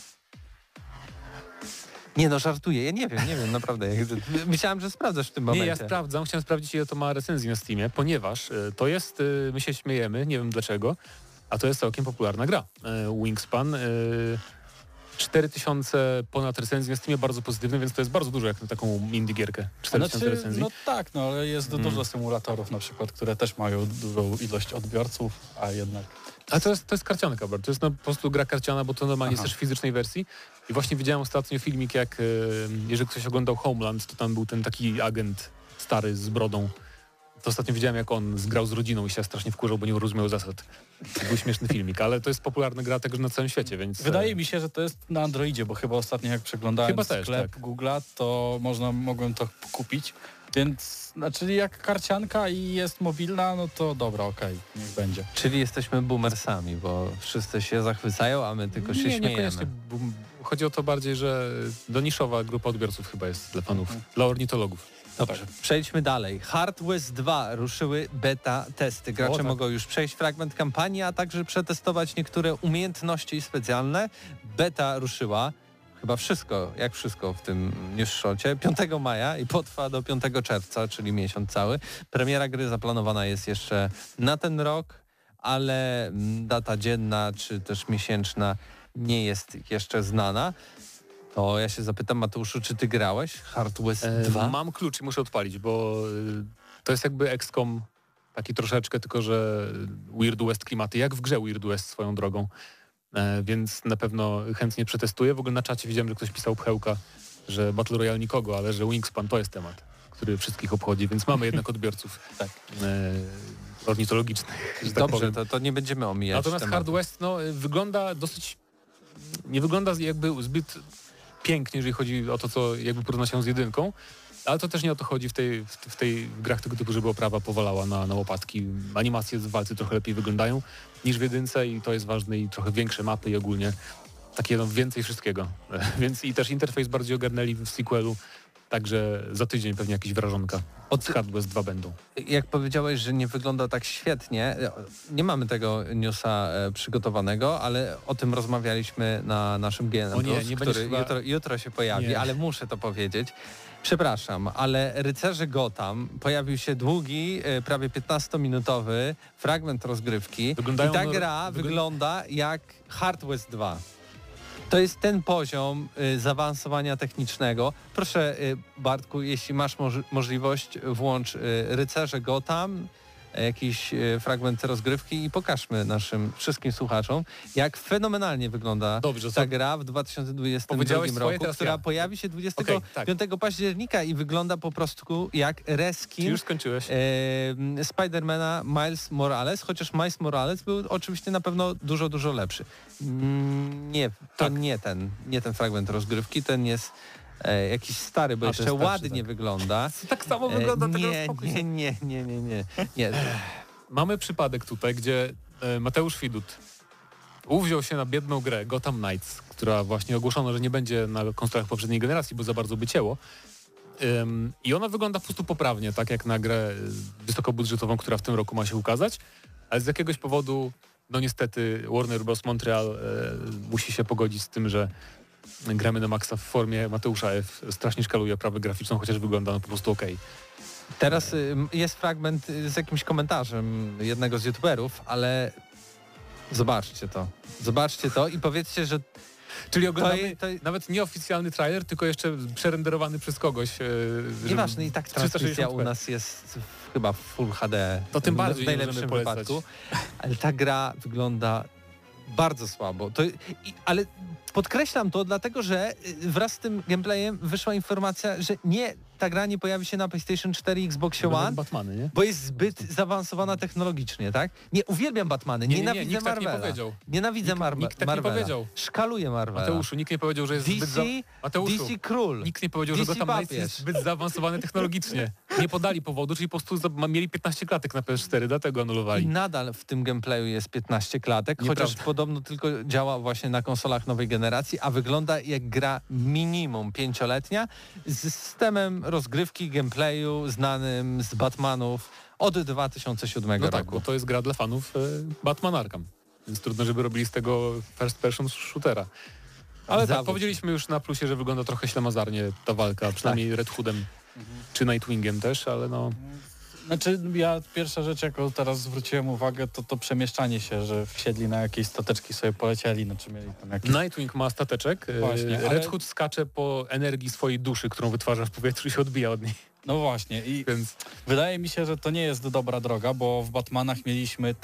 Nie no, żartuję, ja nie wiem, naprawdę. Myślałem, że sprawdzasz w tym momencie. Nie, ja sprawdzam. Chciałem sprawdzić, ile to ma recenzji na Steamie, ponieważ to jest, my się śmiejemy, nie wiem dlaczego, a to jest całkiem popularna gra. Wingspan. 4000 ponad recenzji na Steamie, bardzo pozytywne, więc to jest bardzo dużo jak na taką indie gierkę. 4000 recenzji. No tak, no ale jest dużo symulatorów na przykład, które też mają dużą ilość odbiorców, a jednak... A to jest karcianka, to jest po prostu gra karciana, bo to normalnie jest też w fizycznej wersji. I właśnie widziałem ostatnio filmik, jak jeżeli ktoś oglądał Homeland, to tam był ten taki agent stary z brodą. To ostatnio widziałem, jak on zgrał z rodziną i się strasznie wkurzał, bo nie rozumiał zasad. To był śmieszny filmik, ale to jest popularna gra także na całym świecie, więc... Wydaje mi się, że to jest na Androidzie, bo chyba ostatnio jak przeglądałem Chyba też, sklep tak. Google'a, to mogłem to kupić. Więc, znaczy jak karcianka i jest mobilna, no to dobra, okej, niech będzie. Czyli jesteśmy boomersami, bo wszyscy się zachwycają, a my tylko się śmiejemy. Niekoniecznie. Chodzi o to bardziej, że doniszowa grupa odbiorców chyba jest dla fanów, dla ornitologów. Dobrze, przejdźmy dalej. Hard West 2 ruszyły beta testy. Gracze tak. mogą już przejść fragment kampanii, a także przetestować niektóre umiejętności specjalne. Beta ruszyła chyba wszystko w tym newsshocie 5 maja i potrwa do 5 czerwca, czyli miesiąc cały. Premiera gry zaplanowana jest jeszcze na ten rok, ale data dzienna czy też miesięczna nie jest jeszcze znana. To ja się zapytam, Mateuszu, czy ty grałeś Hard West 2? Mam klucz i muszę odpalić, bo to jest jakby XCOM taki troszeczkę, tylko że Weird West klimaty, jak w grze Weird West swoją drogą. Więc na pewno chętnie przetestuję. W ogóle na czacie widziałem, że ktoś pisał pchełka, że Battle Royale nikogo, ale że Wingspan to jest temat, który wszystkich obchodzi, więc mamy jednak odbiorców Tak. ornitologicznych, że tak Dobrze, powiem. to nie będziemy omijać Natomiast tematu. Hard West wygląda dosyć... Nie wygląda jakby zbyt pięknie, jeżeli chodzi o to, co jakby porówna się z jedynką, ale to też nie o to chodzi w grach tego typu, żeby oprawa powalała na łopatki. Animacje w walce trochę lepiej wyglądają niż w jedynce i to jest ważne i trochę większe mapy i ogólnie takie więcej wszystkiego. Więc i też interfejs bardziej ogarnęli w sequelu, także za tydzień pewnie jakieś wrażonka od Hard West 2 będą. Jak powiedziałeś, że nie wygląda tak świetnie, nie mamy tego newsa przygotowanego, ale o tym rozmawialiśmy na naszym GNM+, O nie, nie będziesz który chyba... jutro się pojawi, Nie. ale muszę to powiedzieć. Przepraszam, ale Rycerze Gotham pojawił się długi, prawie 15-minutowy fragment rozgrywki Wyglądają i ta no- gra wygląda jak Hard West 2. To jest ten poziom zaawansowania technicznego. Proszę Bartku, jeśli masz możliwość, włącz Rycerze Gotham, jakiś fragment rozgrywki i pokażmy naszym wszystkim słuchaczom, jak fenomenalnie wygląda ta gra w 2022 roku, która pojawi się 25 października i wygląda po prostu jak reskin. Już skończyłeś? Spidermana Miles Morales, chociaż Miles Morales był oczywiście na pewno dużo lepszy. Nie ten fragment rozgrywki, ten jest jakiś stary, bo jeszcze ładnie wygląda. Tak samo wygląda Nie. Mamy przypadek tutaj, gdzie Mateusz Widut uwziął się na biedną grę Gotham Knights, która właśnie ogłoszono, że nie będzie na konsolach poprzedniej generacji, bo za bardzo by cięło. I ona wygląda po prostu poprawnie, tak jak na grę wysokobudżetową, która w tym roku ma się ukazać, ale z jakiegoś powodu, no niestety Warner Bros. Montreal musi się pogodzić z tym, że gramy na maksa w formie Mateusza F. Strasznie szkaluje prawę graficzną, chociaż wygląda no po prostu okej. Teraz jest fragment z jakimś komentarzem jednego z youtuberów, ale zobaczcie to i powiedzcie, że czyli oglądamy nawet nieoficjalny trailer, tylko jeszcze przerenderowany przez kogoś. Nieważne, i tak transmisja u nas jest chyba w Full HD. To tym bardziej w najlepszym wypadku. Ale ta gra wygląda bardzo słabo. Ale podkreślam to, dlatego że wraz z tym gameplayem wyszła informacja, że ta gra nie pojawi się na PlayStation 4 i Xbox One, Batmany, nie? bo jest zbyt zaawansowana technologicznie, tak? Nie, uwielbiam Batmany, nienawidzę nikt Marvela. Tak nie powiedział. Nienawidzę Nikt tak Marvela. nie powiedział. Szkaluję Marvela. Mateuszu, nikt nie powiedział, że jest DC Król. Nikt nie powiedział, że Gotham Knights jest zbyt zaawansowany technologicznie. Nie podali powodu, czyli po prostu mieli 15 klatek na PS4, dlatego anulowali. I nadal w tym gameplayu jest 15 klatek, chociaż podobno tylko działa właśnie na konsolach nowej generacji, a wygląda jak gra minimum 5-letnia z systemem rozgrywki, gameplayu znanym z Batmanów od 2007 roku. Tak, bo to jest gra dla fanów Batman Arkham, więc trudno, żeby robili z tego first person shootera. Ale tak, powiedzieliśmy już na plusie, że wygląda trochę ślamazarnie ta walka, przynajmniej Red Hoodem czy Nightwingiem też, ale no... Znaczy ja pierwsza rzecz, jaką teraz zwróciłem uwagę, to przemieszczanie się, że wsiedli na jakieś stateczki, sobie polecieli, znaczy mieli tam jakieś... Nightwing ma stateczek, właśnie, Red Hood skacze po energii swojej duszy, którą wytwarza w powietrzu i się odbija od niej. No właśnie i Więc wydaje mi się, że to nie jest dobra droga, bo w Batmanach mieliśmy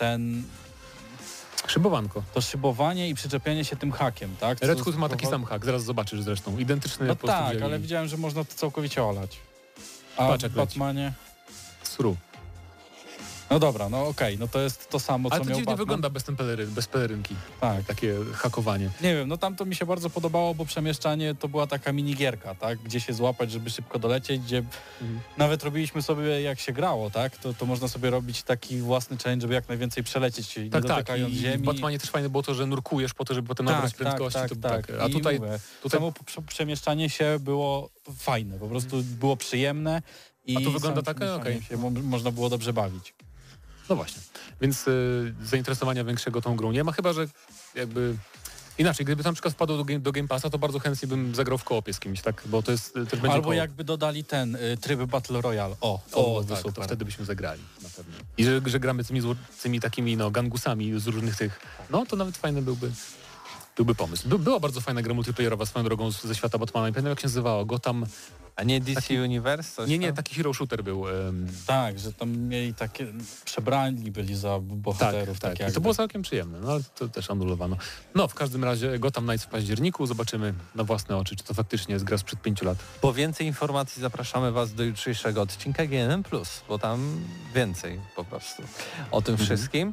szybowanko. to szybowanie i przyczepianie się tym hakiem, tak? Red Hood ma taki sam hak, zaraz zobaczysz zresztą. Identyczny No po prostu tak, wzięli. ale widziałem, że można to całkowicie olać. A Patrz, w jak Batmanie... Sru. No dobra, no okej, no to jest to samo, co Ale to miał dziwnie Batman. wygląda bez pelerynki. Tak. Takie hakowanie. Nie wiem, no tam to mi się bardzo podobało, bo przemieszczanie to była taka minigierka, tak? Gdzie się złapać, żeby szybko dolecieć, gdzie nawet robiliśmy sobie, jak się grało, tak? To można sobie robić taki własny challenge, żeby jak najwięcej przelecieć, nie dotykając i ziemi. w Batmanie też fajne było to, że nurkujesz po to, żeby potem nabrać prędkości. A I tutaj samo przemieszczanie się było fajne, po prostu było przyjemne. I a to wygląda tak, się można było dobrze bawić. No właśnie, więc zainteresowania większego tą grą nie ma, chyba że jakby inaczej, gdyby to na przykład wpadło do Game Passa, to bardzo chętnie bym zagrał w koopie z kimś, tak, bo to jest też będzie albo koop. jakby dodali ten tryb Battle Royale. Tak, super. To wtedy byśmy zagrali na pewno. I że gramy tymi takimi gangusami z różnych tych, no to nawet fajny byłby pomysł. Była bardzo fajna gra multiplayerowa swoją drogą ze świata Batmana. Nie pamiętam jak się nazywała. Gotham... A nie DC Universe? Coś nie, tam? taki hero shooter był. Tak, że tam mieli takie... Przebrani byli za bohaterów. Tak. I to było całkiem przyjemne, no ale to też anulowano. No w każdym razie Gotham Knights w październiku. Zobaczymy na własne oczy, czy to faktycznie jest gra sprzed 5 lat. Po więcej informacji zapraszamy Was do jutrzejszego odcinka GNM+, bo tam więcej po prostu o tym wszystkim.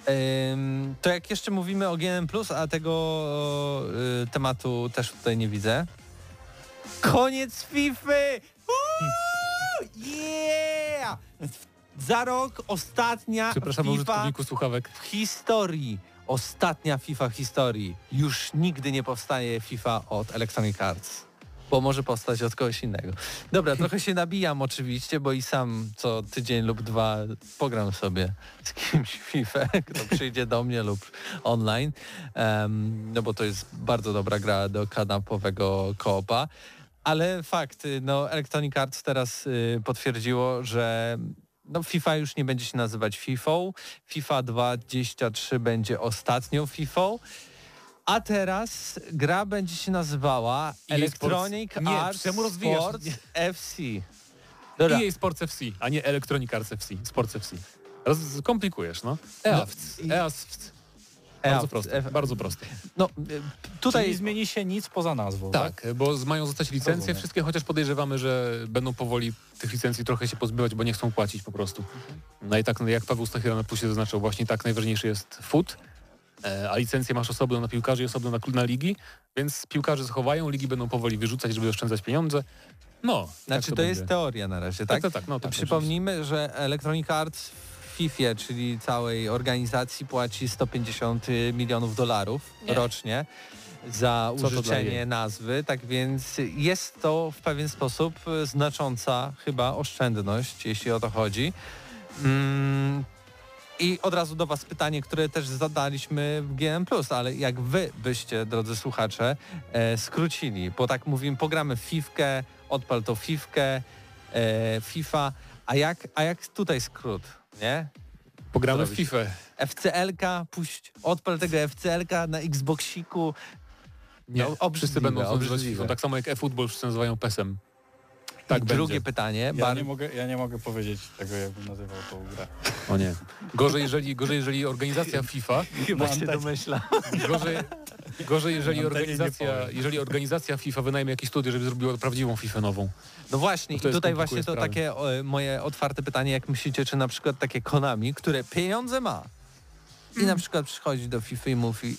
To jak jeszcze mówimy o GNM+, a tego tematu też tutaj nie widzę. Koniec FIFA! Yeah! Za rok ostatnia Przepraszam FIFA użytkowników słuchawek. w historii. Ostatnia FIFA w historii. Już nigdy nie powstaje FIFA od Electronic Arts. Bo może powstać od kogoś innego. Dobra, trochę się nabijam oczywiście, bo i sam co tydzień lub dwa pogram sobie z kimś w FIFA, kto przyjdzie do mnie lub online. No bo to jest bardzo dobra gra do kanapowego koopa. Ale fakt, no Electronic Arts teraz potwierdziło, że no FIFA już nie będzie się nazywać FIFA. FIFA 23 będzie ostatnią FIFA. A teraz gra będzie się nazywała EA Electronic Sports. Nie, Arts czemu rozwijasz? Sports Nie. FC. Dobra. EA Sports FC, a nie Electronic Arts FC, Sports FC. Komplikujesz, no. EAFC. Bardzo proste, bardzo proste. No, tutaj Czyli zmieni się nic poza nazwą, tak? Tak, bo mają zostać licencje Rozumiem. wszystkie, chociaż podejrzewamy, że będą powoli tych licencji trochę się pozbywać, bo nie chcą płacić po prostu. No i tak jak Paweł Stachira na plusie zaznaczył, właśnie tak najważniejszy jest FUT, a licencję masz osobno na piłkarzy i osobno na ligi, więc piłkarze zachowają, ligi będą powoli wyrzucać, żeby oszczędzać pieniądze. No, Znaczy tak to będzie. jest teoria na razie, tak? Tak, no tak. Przypomnijmy, że Electronic Arts w FIFA, czyli całej organizacji, płaci $150 milionów rocznie za Co to dla użyczenie jej? nazwy, tak więc jest to w pewien sposób znacząca chyba oszczędność, jeśli o to chodzi. I od razu do Was pytanie, które też zadaliśmy w GM+, ale jak Wy byście, drodzy słuchacze, skrócili, bo tak mówimy, pogramy w Fifkę, odpal to Fifkę, FIFA, a jak tutaj skrót, nie? Pogramy w zrobić? FIFA. FCL-ka, odpal tego FCL-ka na Xboxiku. Nie, No, wszyscy będą nazywać obrzydliwe. FIFA, tak samo jak e-football wszyscy nazywają PES-em. Tak I będzie. drugie pytanie, Ja nie mogę powiedzieć tego, jakbym nazywał tą grę. O nie. Gorzej, jeżeli organizacja FIFA, chyba się domyśla. gorzej jeżeli powiem. organizacja FIFA wynajmie jakieś studio, żeby zrobiło prawdziwą FIFA nową. No właśnie, No to i jest tutaj komplikuje właśnie to sprawy. takie moje otwarte pytanie, jak myślicie, czy na przykład takie Konami, które pieniądze ma i na przykład przychodzi do FIFA i mówi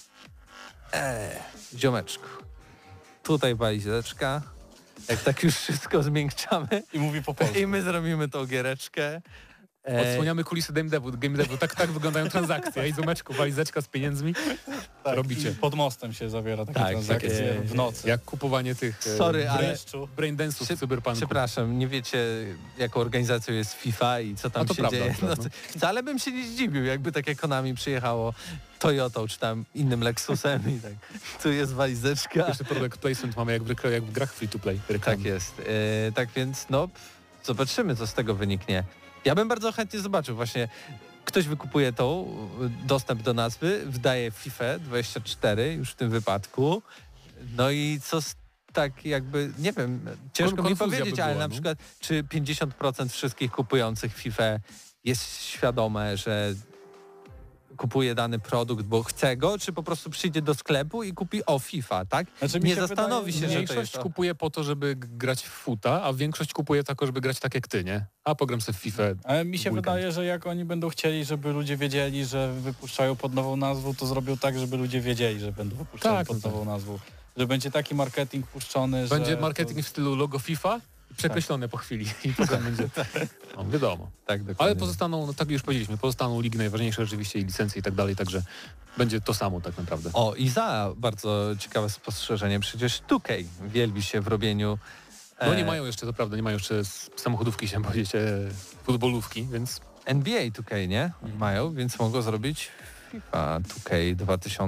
ziomeczku, tutaj walizeczka, jak tak już wszystko zmiękczamy I mówi po polsku. i my zrobimy tą giereczkę. Odsłaniamy kulisy game devu. Tak wyglądają transakcje. I zumeczku, walizeczka z pieniędzmi. Tak, robicie. i pod mostem się zawiera takie Tak, transakcje takie- w nocy. Jak kupowanie tych Sorry, ale Dreszczu. braindance'ów w cyberpunku. przepraszam, nie wiecie, jaką organizacją jest FIFA i co tam A to się prawda, dzieje. akurat, No, wcale bym się nie zdziwił, jakby takie Konami przyjechało Toyotą czy tam innym Lexusem i tak, tu jest walizeczka. Pierwszy product placement mamy jak w grach free-to-play. Tak jest. Tak więc no, zobaczymy, co z tego wyniknie. Ja bym bardzo chętnie zobaczył właśnie, ktoś wykupuje tą, dostęp do nazwy, wdaje FIFA 24 już w tym wypadku, no i co tak jakby, nie wiem, ciężko mi Konfuzja powiedzieć, by ale była, na no. przykład czy 50% wszystkich kupujących FIFA jest świadome, że kupuje dany produkt, bo chce go, czy po prostu przyjdzie do sklepu i kupi FIFA, tak? Znaczy, mi nie się zastanowi wydaje, się, że to Większość jest to. kupuje po to, żeby grać w futa, a większość kupuje tako, żeby grać tak jak ty, nie? A pogram sobie w FIFA. Ale mi się Weekend. wydaje, że jak oni będą chcieli, żeby ludzie wiedzieli, że wypuszczają pod nową nazwą, to zrobią tak, żeby ludzie wiedzieli, że będą wypuszczali Tak, pod no nową nazwą. Że będzie taki marketing puszczony, Będzie że marketing w stylu logo FIFA przekreślone po chwili i potem będzie... No, wiadomo. Tak, dokładnie. Ale pozostaną, no tak już powiedzieliśmy, pozostaną ligi najważniejsze oczywiście i licencje i tak dalej, także będzie to samo tak naprawdę. O, Iza, bardzo ciekawe spostrzeżenie. Przecież 2K wielbi się w robieniu... No nie mają jeszcze, to prawda, nie mają jeszcze samochodówki, chciałem powiedzieć, futbolówki, więc NBA 2K, nie? Mają, więc mogą zrobić FIFA 2K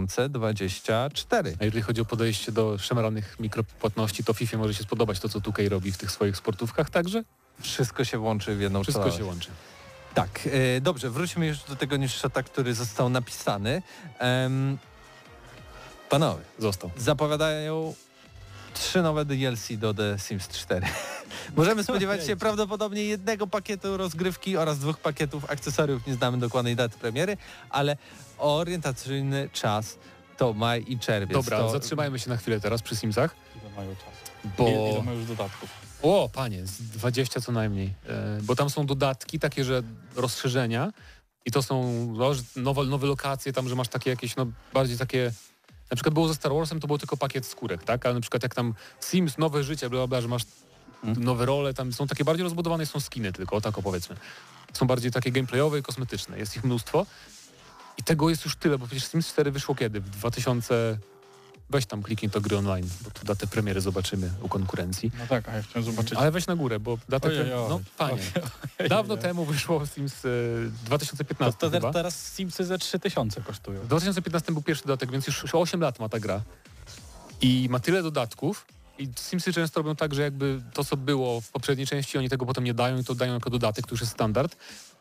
2024. a jeżeli chodzi o podejście do szemranych mikropłatności, to FIFA może się spodobać to, co 2K robi w tych swoich sportówkach, także Wszystko się łączy w jedną wszystko całość. się łączy. Tak, dobrze, wróćmy już do tego newsshota, który został napisany. Panowie, Został. zapowiadają 3 nowe DLC do The Sims 4. Możemy spodziewać się prawdopodobnie jednego pakietu rozgrywki oraz 2 pakietów akcesoriów. Nie znamy dokładnej daty premiery, ale orientacyjny czas to maj i czerwiec. Dobra, to... zatrzymajmy się na chwilę teraz przy Simsach, ile mają czasu. bo... Ile mają już dodatków. O, panie, z 20 co najmniej. Bo tam są dodatki, takie, że rozszerzenia i to są nowe lokacje, tam, że masz takie jakieś, no bardziej takie... Na przykład było ze Star Warsem, to był tylko pakiet skórek, tak? Ale na przykład jak tam Sims, nowe życie, bla, bla, że masz nowe role, tam są takie bardziej rozbudowane, są skiny tylko, o tak opowiedzmy. Są bardziej takie gameplayowe i kosmetyczne. Jest ich mnóstwo. I tego jest już tyle, bo przecież Sims 4 wyszło kiedy? W 2000... Weź tam kliknij to gry online, bo tu datę premiery zobaczymy u konkurencji. No tak, a ja chciałem zobaczyć. Ale weź na górę, bo datę Ojej, premiery... No, panie. Dawno temu wyszło Sims 2015 To chyba. teraz Simsy ze 3000 kosztują. W 2015 był pierwszy dodatek, więc już 8 lat ma ta gra. I ma tyle dodatków. I Simsy często robią tak, że jakby to, co było w poprzedniej części, oni tego potem nie dają i to dają jako dodatek, to już jest standard.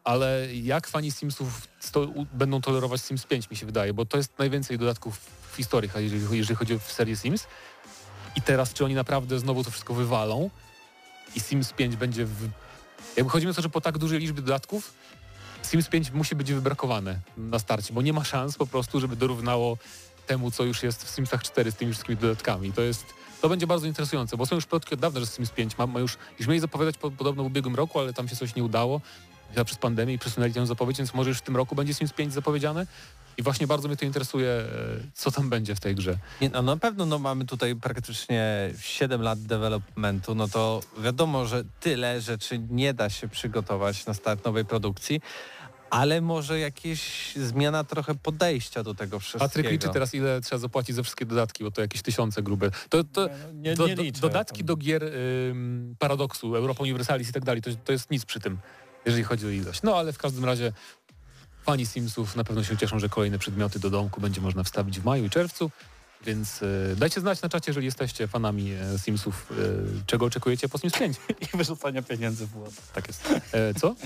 ale jak fani Simsów będą tolerować Sims 5, mi się wydaje, bo to jest najwięcej dodatków w historii, jeżeli chodzi o serię Sims. I teraz, czy oni naprawdę znowu to wszystko wywalą i Sims 5 będzie... Jakby chodzi mi o to, że po tak dużej liczbie dodatków Sims 5 musi być wybrakowane na starcie, bo nie ma szans po prostu, żeby dorównało temu, co już jest w Simsach 4 z tymi wszystkimi dodatkami. To będzie bardzo interesujące, bo są już plotki od dawna, że Sims 5 ma już mieli zapowiadać podobno w ubiegłym roku, ale tam się coś nie udało. Chyba przez pandemię i przesunęli tę zapowiedź, więc może już w tym roku będzie Sims 5 zapowiedziane. I właśnie bardzo mnie to interesuje, co tam będzie w tej grze. Nie, no na pewno mamy tutaj praktycznie 7 lat developmentu, no to wiadomo, że tyle rzeczy nie da się przygotować na start nowej produkcji, ale może jakieś zmiana trochę podejścia do tego wszystkiego. Patryk liczy teraz, ile trzeba zapłacić za wszystkie dodatki, bo to jakieś tysiące grube. Nie liczę. Dodatki do gier Paradoksu, Europa Universalis i tak dalej, to jest nic przy tym, jeżeli chodzi o ilość. No ale w każdym razie fani Simsów na pewno się cieszą, że kolejne przedmioty do domku będzie można wstawić w maju i czerwcu, więc dajcie znać na czacie, jeżeli jesteście fanami Simsów, czego oczekujecie po Sims 5. I wyrzucania pieniędzy w błąd. Tak jest. Co?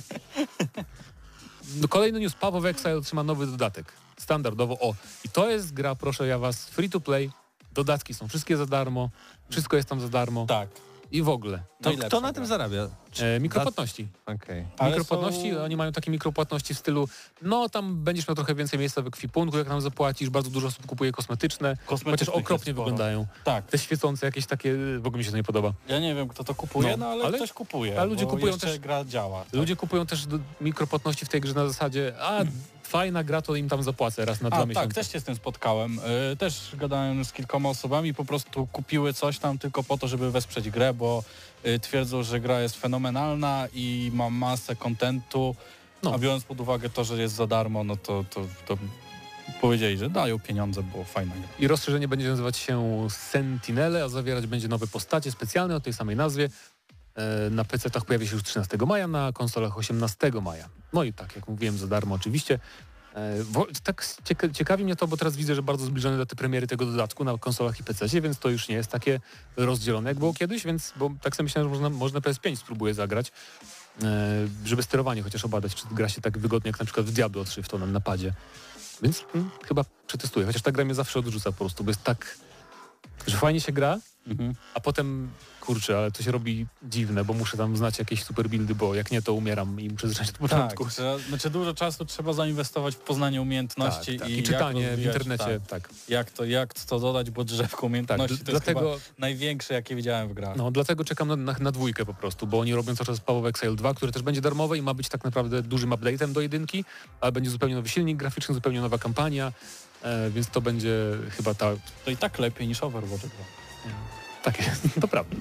No, kolejny news. Path of Exile otrzyma nowy dodatek. Standardowo. I to jest gra, proszę ja was, free to play. Dodatki są wszystkie za darmo. Wszystko jest tam za darmo. Tak. I w ogóle. To kto na tym zarabia? Mikropłatności. Okej. Mikropłatności, oni mają takie mikropłatności w stylu, no tam będziesz miał trochę więcej miejsca w ekwipunku, jak nam zapłacisz, bardzo dużo osób kupuje kosmetyczne, chociaż okropnie wyglądają. Tak. Te świecące jakieś takie, w ogóle mi się to nie podoba. Ja nie wiem, kto to kupuje, No, ale ktoś kupuje. a ludzie bo kupują jeszcze też- gra działa. Tak. Ludzie kupują też mikropłatności w tej grze na zasadzie, fajna gra, to im tam zapłacę raz na 2 miesiące. Tak, też się z tym spotkałem. Też gadałem z kilkoma osobami, po prostu kupiły coś tam tylko po to, żeby wesprzeć grę, bo twierdzą, że gra jest fenomenalna i ma masę kontentu, No. a biorąc pod uwagę to, że jest za darmo, no to powiedzieli, że dają pieniądze, było fajna gra. I rozszerzenie będzie nazywać się Sentinele, a zawierać będzie nowe postacie specjalne o tej samej nazwie. Na PC-tach pojawi się już 13 maja, na konsolach 18 maja. No i tak, jak mówiłem, za darmo oczywiście. Tak ciekawi mnie to, bo teraz widzę, że bardzo zbliżone daty premiery tego dodatku na konsolach i PC-cie, więc to już nie jest takie rozdzielone, jak było kiedyś, więc bo tak sobie myślałem, że można PS5 spróbuję zagrać, żeby sterowanie chociaż obadać, czy gra się tak wygodnie, jak na przykład w Diablo 3 w to na napadzie. Więc chyba przetestuję, chociaż ta gra mnie zawsze odrzuca po prostu, bo jest tak, że fajnie się gra, a potem kurczę, ale to się robi dziwne, bo muszę tam znać jakieś super buildy, bo jak nie, to umieram i muszę zacząć od początku. Znaczy dużo czasu trzeba zainwestować w poznanie umiejętności i czytanie jak w internecie. Tak. Jak to dodać, bo drzewko umiejętności to dlatego, jest chyba największe, jakie widziałem w grach. No, dlatego czekam na dwójkę po prostu, bo oni robią cały czas Path of Exile 2, które też będzie darmowe i ma być tak naprawdę dużym update'em do jedynki, ale będzie zupełnie nowy silnik graficzny, zupełnie nowa kampania, więc to będzie chyba ta... To i tak lepiej niż Overwatch. Tak jest, to prawda.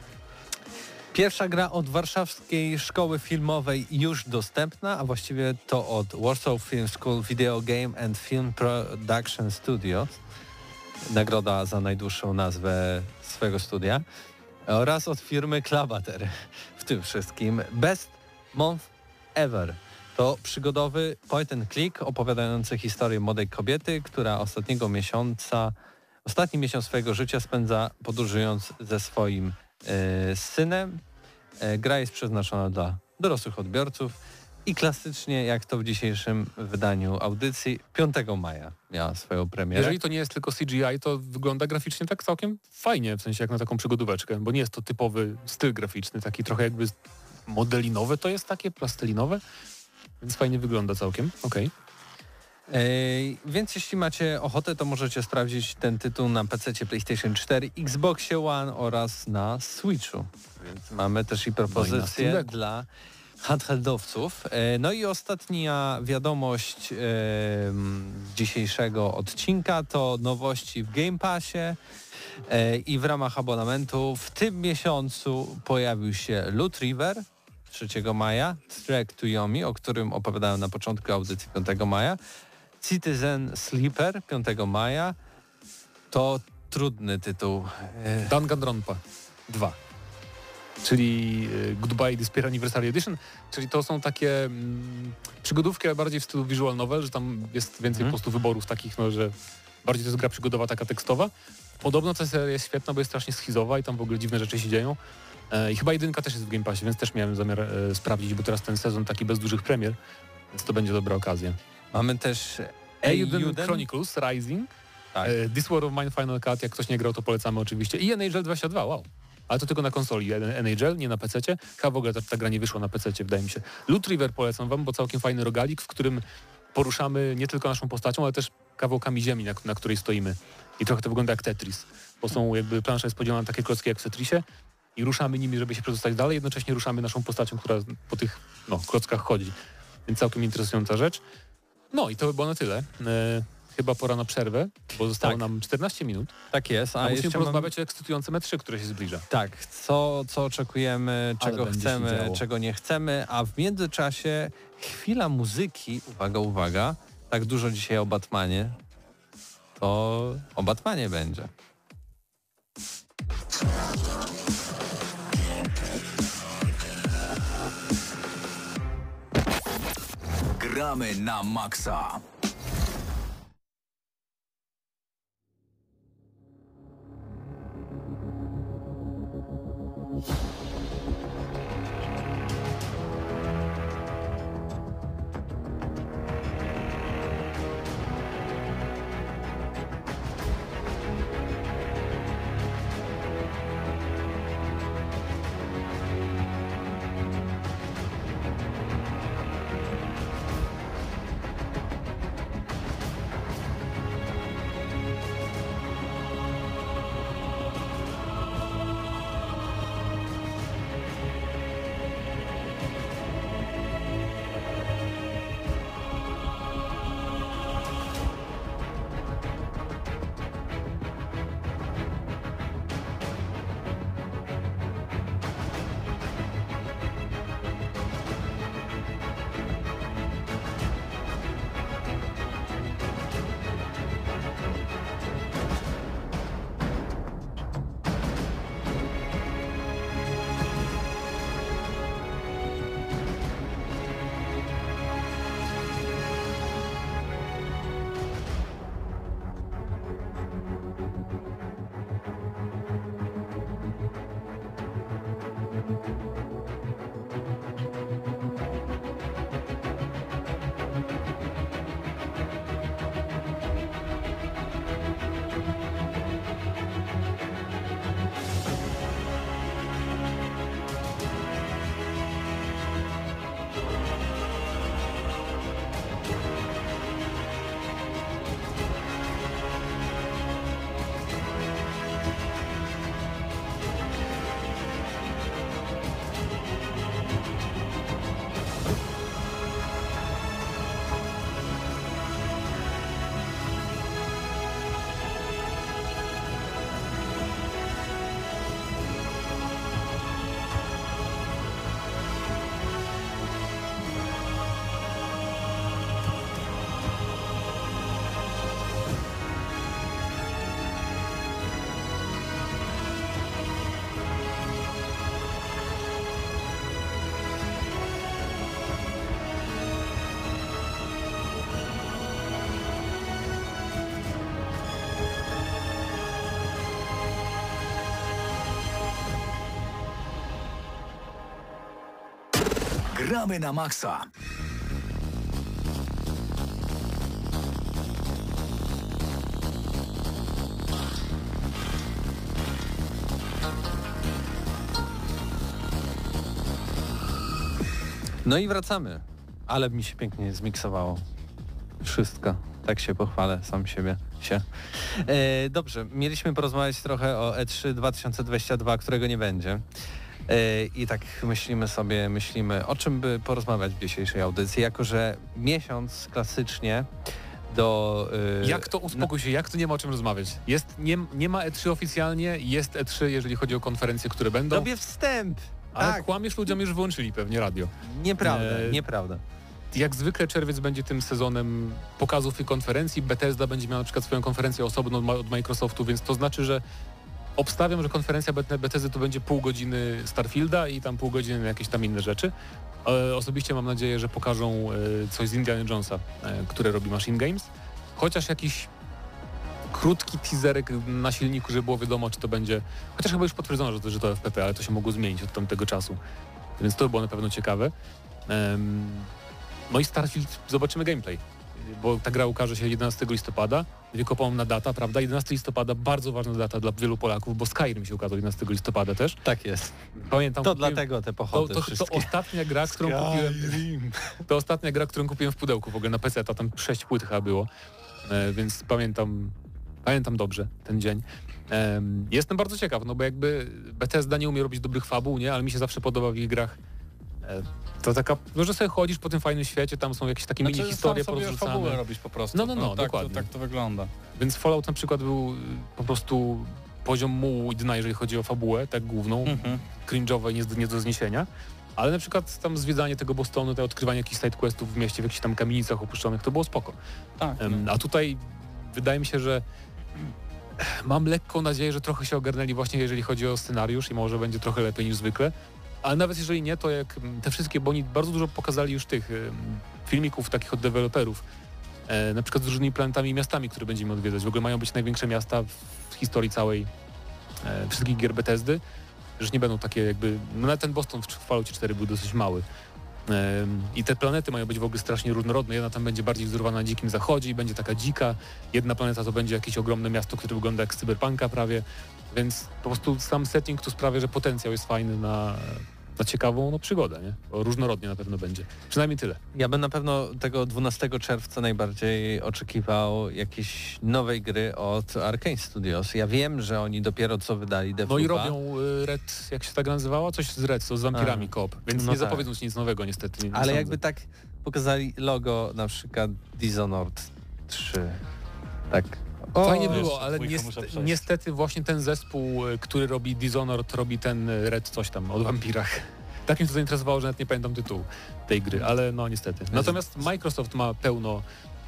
Pierwsza gra od warszawskiej szkoły filmowej już dostępna, a właściwie to od Warsaw Film School Video Game and Film Production Studios. Nagroda za najdłuższą nazwę swojego studia. Oraz od firmy Klabater w tym wszystkim. Best Month Ever. To przygodowy point and click opowiadający historię młodej kobiety, która ostatni miesiąc swojego życia spędza podróżując ze swoim synem. Gra jest przeznaczona dla dorosłych odbiorców i klasycznie, jak to w dzisiejszym wydaniu audycji, 5 maja miała swoją premierę. Jeżeli to nie jest tylko CGI, to wygląda graficznie tak całkiem fajnie, w sensie jak na taką przygodóweczkę, bo nie jest to typowy styl graficzny, taki trochę jakby modelinowy to jest takie, plastelinowe, więc fajnie wygląda całkiem, okej. Więc jeśli macie ochotę, to możecie sprawdzić ten tytuł na PC, PlayStation 4, Xboxie One oraz na Switchu. Więc mamy też i propozycje dla handheldowców. No i ostatnia wiadomość dzisiejszego odcinka to nowości w Game Passie i w ramach abonamentu w tym miesiącu pojawił się Loot River 3 maja, Trek to Yomi, o którym opowiadałem na początku audycji 5 maja, Citizen Sleeper 5 maja, to trudny tytuł. Danganronpa 2, czyli Goodbye Despair Anniversary Edition, czyli to są takie przygodówki, ale bardziej w stylu visual novel, że tam jest więcej po prostu wyborów takich, no, że bardziej to jest gra przygodowa, taka tekstowa. Podobno ta seria jest świetna, bo jest strasznie schizowa i tam w ogóle dziwne rzeczy się dzieją. I chyba 1 też jest w Game Passie, więc też miałem zamiar sprawdzić, bo teraz ten sezon taki bez dużych premier, więc to będzie dobra okazja. Mamy też A1 Chronicles Rising, Tak. This War of Mine Final Cut, jak ktoś nie grał, to polecamy oczywiście. I NHL 22, wow. Ale to tylko na konsoli NHL, nie na PC-cie. Chyba w ogóle ta gra nie wyszła na PC-cie, wydaje mi się. Loot River polecam wam, bo całkiem fajny rogalik, w którym poruszamy nie tylko naszą postacią, ale też kawałkami ziemi, na której stoimy. I trochę to wygląda jak Tetris, bo są jakby plansza jest podzielona na takie klocki jak w Tetrisie i ruszamy nimi, żeby się przedostać dalej, jednocześnie ruszamy naszą postacią, która po tych klockach chodzi. Więc całkiem interesująca rzecz. No i to by było na tyle. Chyba pora na przerwę, bo zostało nam 14 minut. Tak jest. A musimy porozmawiać o ekscytującym E3, które się zbliża. Tak, co oczekujemy, czego chcemy, czego nie chcemy, a w międzyczasie chwila muzyki, uwaga, tak dużo dzisiaj o Batmanie, to o Batmanie będzie. Gramy na maksa. Gramy na maksa. No i wracamy. Ale mi się pięknie zmiksowało. Wszystko. Tak się pochwalę sam siebie. Dobrze, mieliśmy porozmawiać trochę o E3 2022, którego nie będzie. I tak myślimy, o czym by porozmawiać w dzisiejszej audycji, jako że miesiąc klasycznie do... Jak to uspokój się, jak to nie ma o czym rozmawiać? Nie ma E3 oficjalnie, jest E3, jeżeli chodzi o konferencje, które będą. Robię wstęp! Ale tak. Kłamiesz, ludziom już wyłączyli pewnie radio. Nieprawda. Jak zwykle czerwiec będzie tym sezonem pokazów i konferencji. Bethesda będzie miała na przykład swoją konferencję osobną od Microsoftu, więc to znaczy, że obstawiam, że konferencja Bethesdy to będzie pół godziny Starfielda i tam pół godziny jakieś tam inne rzeczy. Osobiście mam nadzieję, że pokażą coś z Indiana Jonesa, które robi Machine Games. Chociaż jakiś krótki teaserek na silniku, żeby było wiadomo, czy to będzie... Chociaż chyba już potwierdzono, że to FPP, ale to się mogło zmienić od tamtego czasu. Więc to było na pewno ciekawe. No i Starfield, zobaczymy gameplay, bo ta gra ukaże się 11 listopada, wiekopomna data, prawda? 11 listopada, bardzo ważna data dla wielu Polaków, bo Skyrim się ukazał 11 listopada też. Tak jest. Pamiętam, To dlatego te pochody to wszystkie. ostatnia gra, którą kupiłem. To ostatnia gra, którą kupiłem w pudełku w ogóle na PC, to tam 6 płyt chyba było, więc pamiętam dobrze ten dzień. Jestem bardzo ciekaw, no bo jakby Bethesda nie umie robić dobrych fabuł, nie? Ale mi się zawsze podoba w ich grach to taka, no że sobie chodzisz po tym fajnym świecie, tam są jakieś takie mini historie porozrzucane. fabułę robisz po prostu. No, tak, dokładnie. tak to wygląda. Więc Fallout na przykład był po prostu poziom mułu i dna, jeżeli chodzi o fabułę, tak główną, cringe'owe, nie do zniesienia. Ale na przykład tam zwiedzanie tego Bostonu, te odkrywanie jakichś sidequestów w mieście, w jakichś tam kamienicach opuszczonych, to było spoko. Tak. A tutaj wydaje mi się, że mam lekką nadzieję, że trochę się ogarnęli właśnie, jeżeli chodzi o scenariusz i może będzie trochę lepiej niż zwykle. Ale nawet jeżeli nie, to jak te wszystkie, bo oni bardzo dużo pokazali już tych filmików takich od deweloperów, na przykład z różnymi planetami i miastami, które będziemy odwiedzać. W ogóle mają być największe miasta w historii całej wszystkich gier Bethesdy, że nie będą takie jakby, no nawet ten Boston w Falloutie 4 był dosyć mały. I te planety mają być w ogóle strasznie różnorodne. Jedna tam będzie bardziej wzorowana na Dzikim Zachodzie i będzie taka dzika. Jedna planeta to będzie jakieś ogromne miasto, które wygląda jak z Cyberpunka prawie. Więc po prostu sam setting tu sprawia, że potencjał jest fajny na ciekawą przygodę, nie? Bo różnorodnie na pewno będzie. Przynajmniej tyle. Ja bym na pewno tego 12 czerwca najbardziej oczekiwał jakiejś nowej gry od Arkane Studios. Ja wiem, że oni dopiero co wydali Deathloopa. No i robią Red, jak się tak nazywała? Coś z Red, z wampirami Coop. Więc no nie tak. zapowiedzą ci nic nowego niestety. Nie Ale sądzę. jakby tak pokazali logo na przykład Dishonored 3. Tak. Fajnie było, jeszcze ale dwójkę muszę przejść. niestety właśnie ten zespół, który robi Dishonored, robi ten Red coś tam o wampirach. Tak mnie to zainteresowało, że nawet nie pamiętam tytułu tej gry, ale no niestety. Natomiast Microsoft ma pełno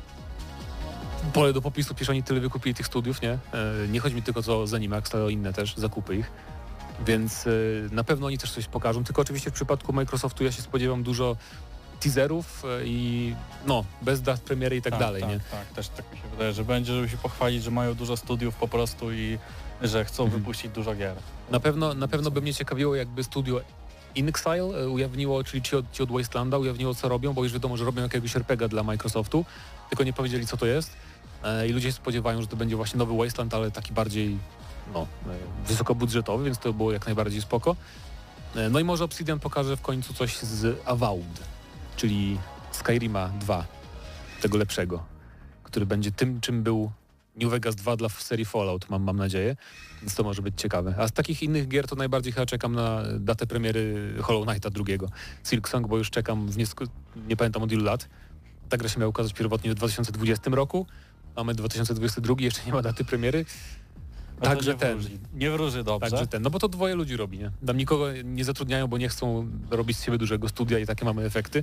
pole do popisu, przecież oni tyle wykupili tych studiów, nie? Nie chodzi mi tylko o Zenimax, ale o inne też, zakupy ich. Więc na pewno oni też coś pokażą, tylko oczywiście w przypadku Microsoftu ja się spodziewam dużo teaserów i no, bez dat premiery i tak dalej, nie? Tak, też tak mi się wydaje, że będzie, żeby się pochwalić, że mają dużo studiów po prostu i że chcą wypuścić dużo gier. Na pewno by mnie ciekawiło, jakby studio Inxile ujawniło, czyli ci od Wastelanda ujawniło, co robią, bo już wiadomo, że robią jakiegoś RPGa dla Microsoftu, tylko nie powiedzieli, co to jest. I ludzie się spodziewają, że to będzie właśnie nowy Wasteland, ale taki bardziej wysokobudżetowy, więc to było jak najbardziej spoko. No i może Obsidian pokaże w końcu coś z Avowed, czyli Skyrima 2, tego lepszego, który będzie tym, czym był New Vegas 2 dla serii Fallout, mam nadzieję, więc to może być ciekawe. A z takich innych gier to najbardziej chyba czekam na datę premiery Hollow Knighta drugiego. Silksong, bo już czekam nie pamiętam od ilu lat. Ta gra się miała ukazać pierwotnie w 2020 roku, mamy 2022, jeszcze nie ma daty premiery. Także nie wróży dobrze. Także no bo to dwoje ludzi robi, nie? Tam nikogo nie zatrudniają, bo nie chcą robić z siebie dużego studia i takie mamy efekty.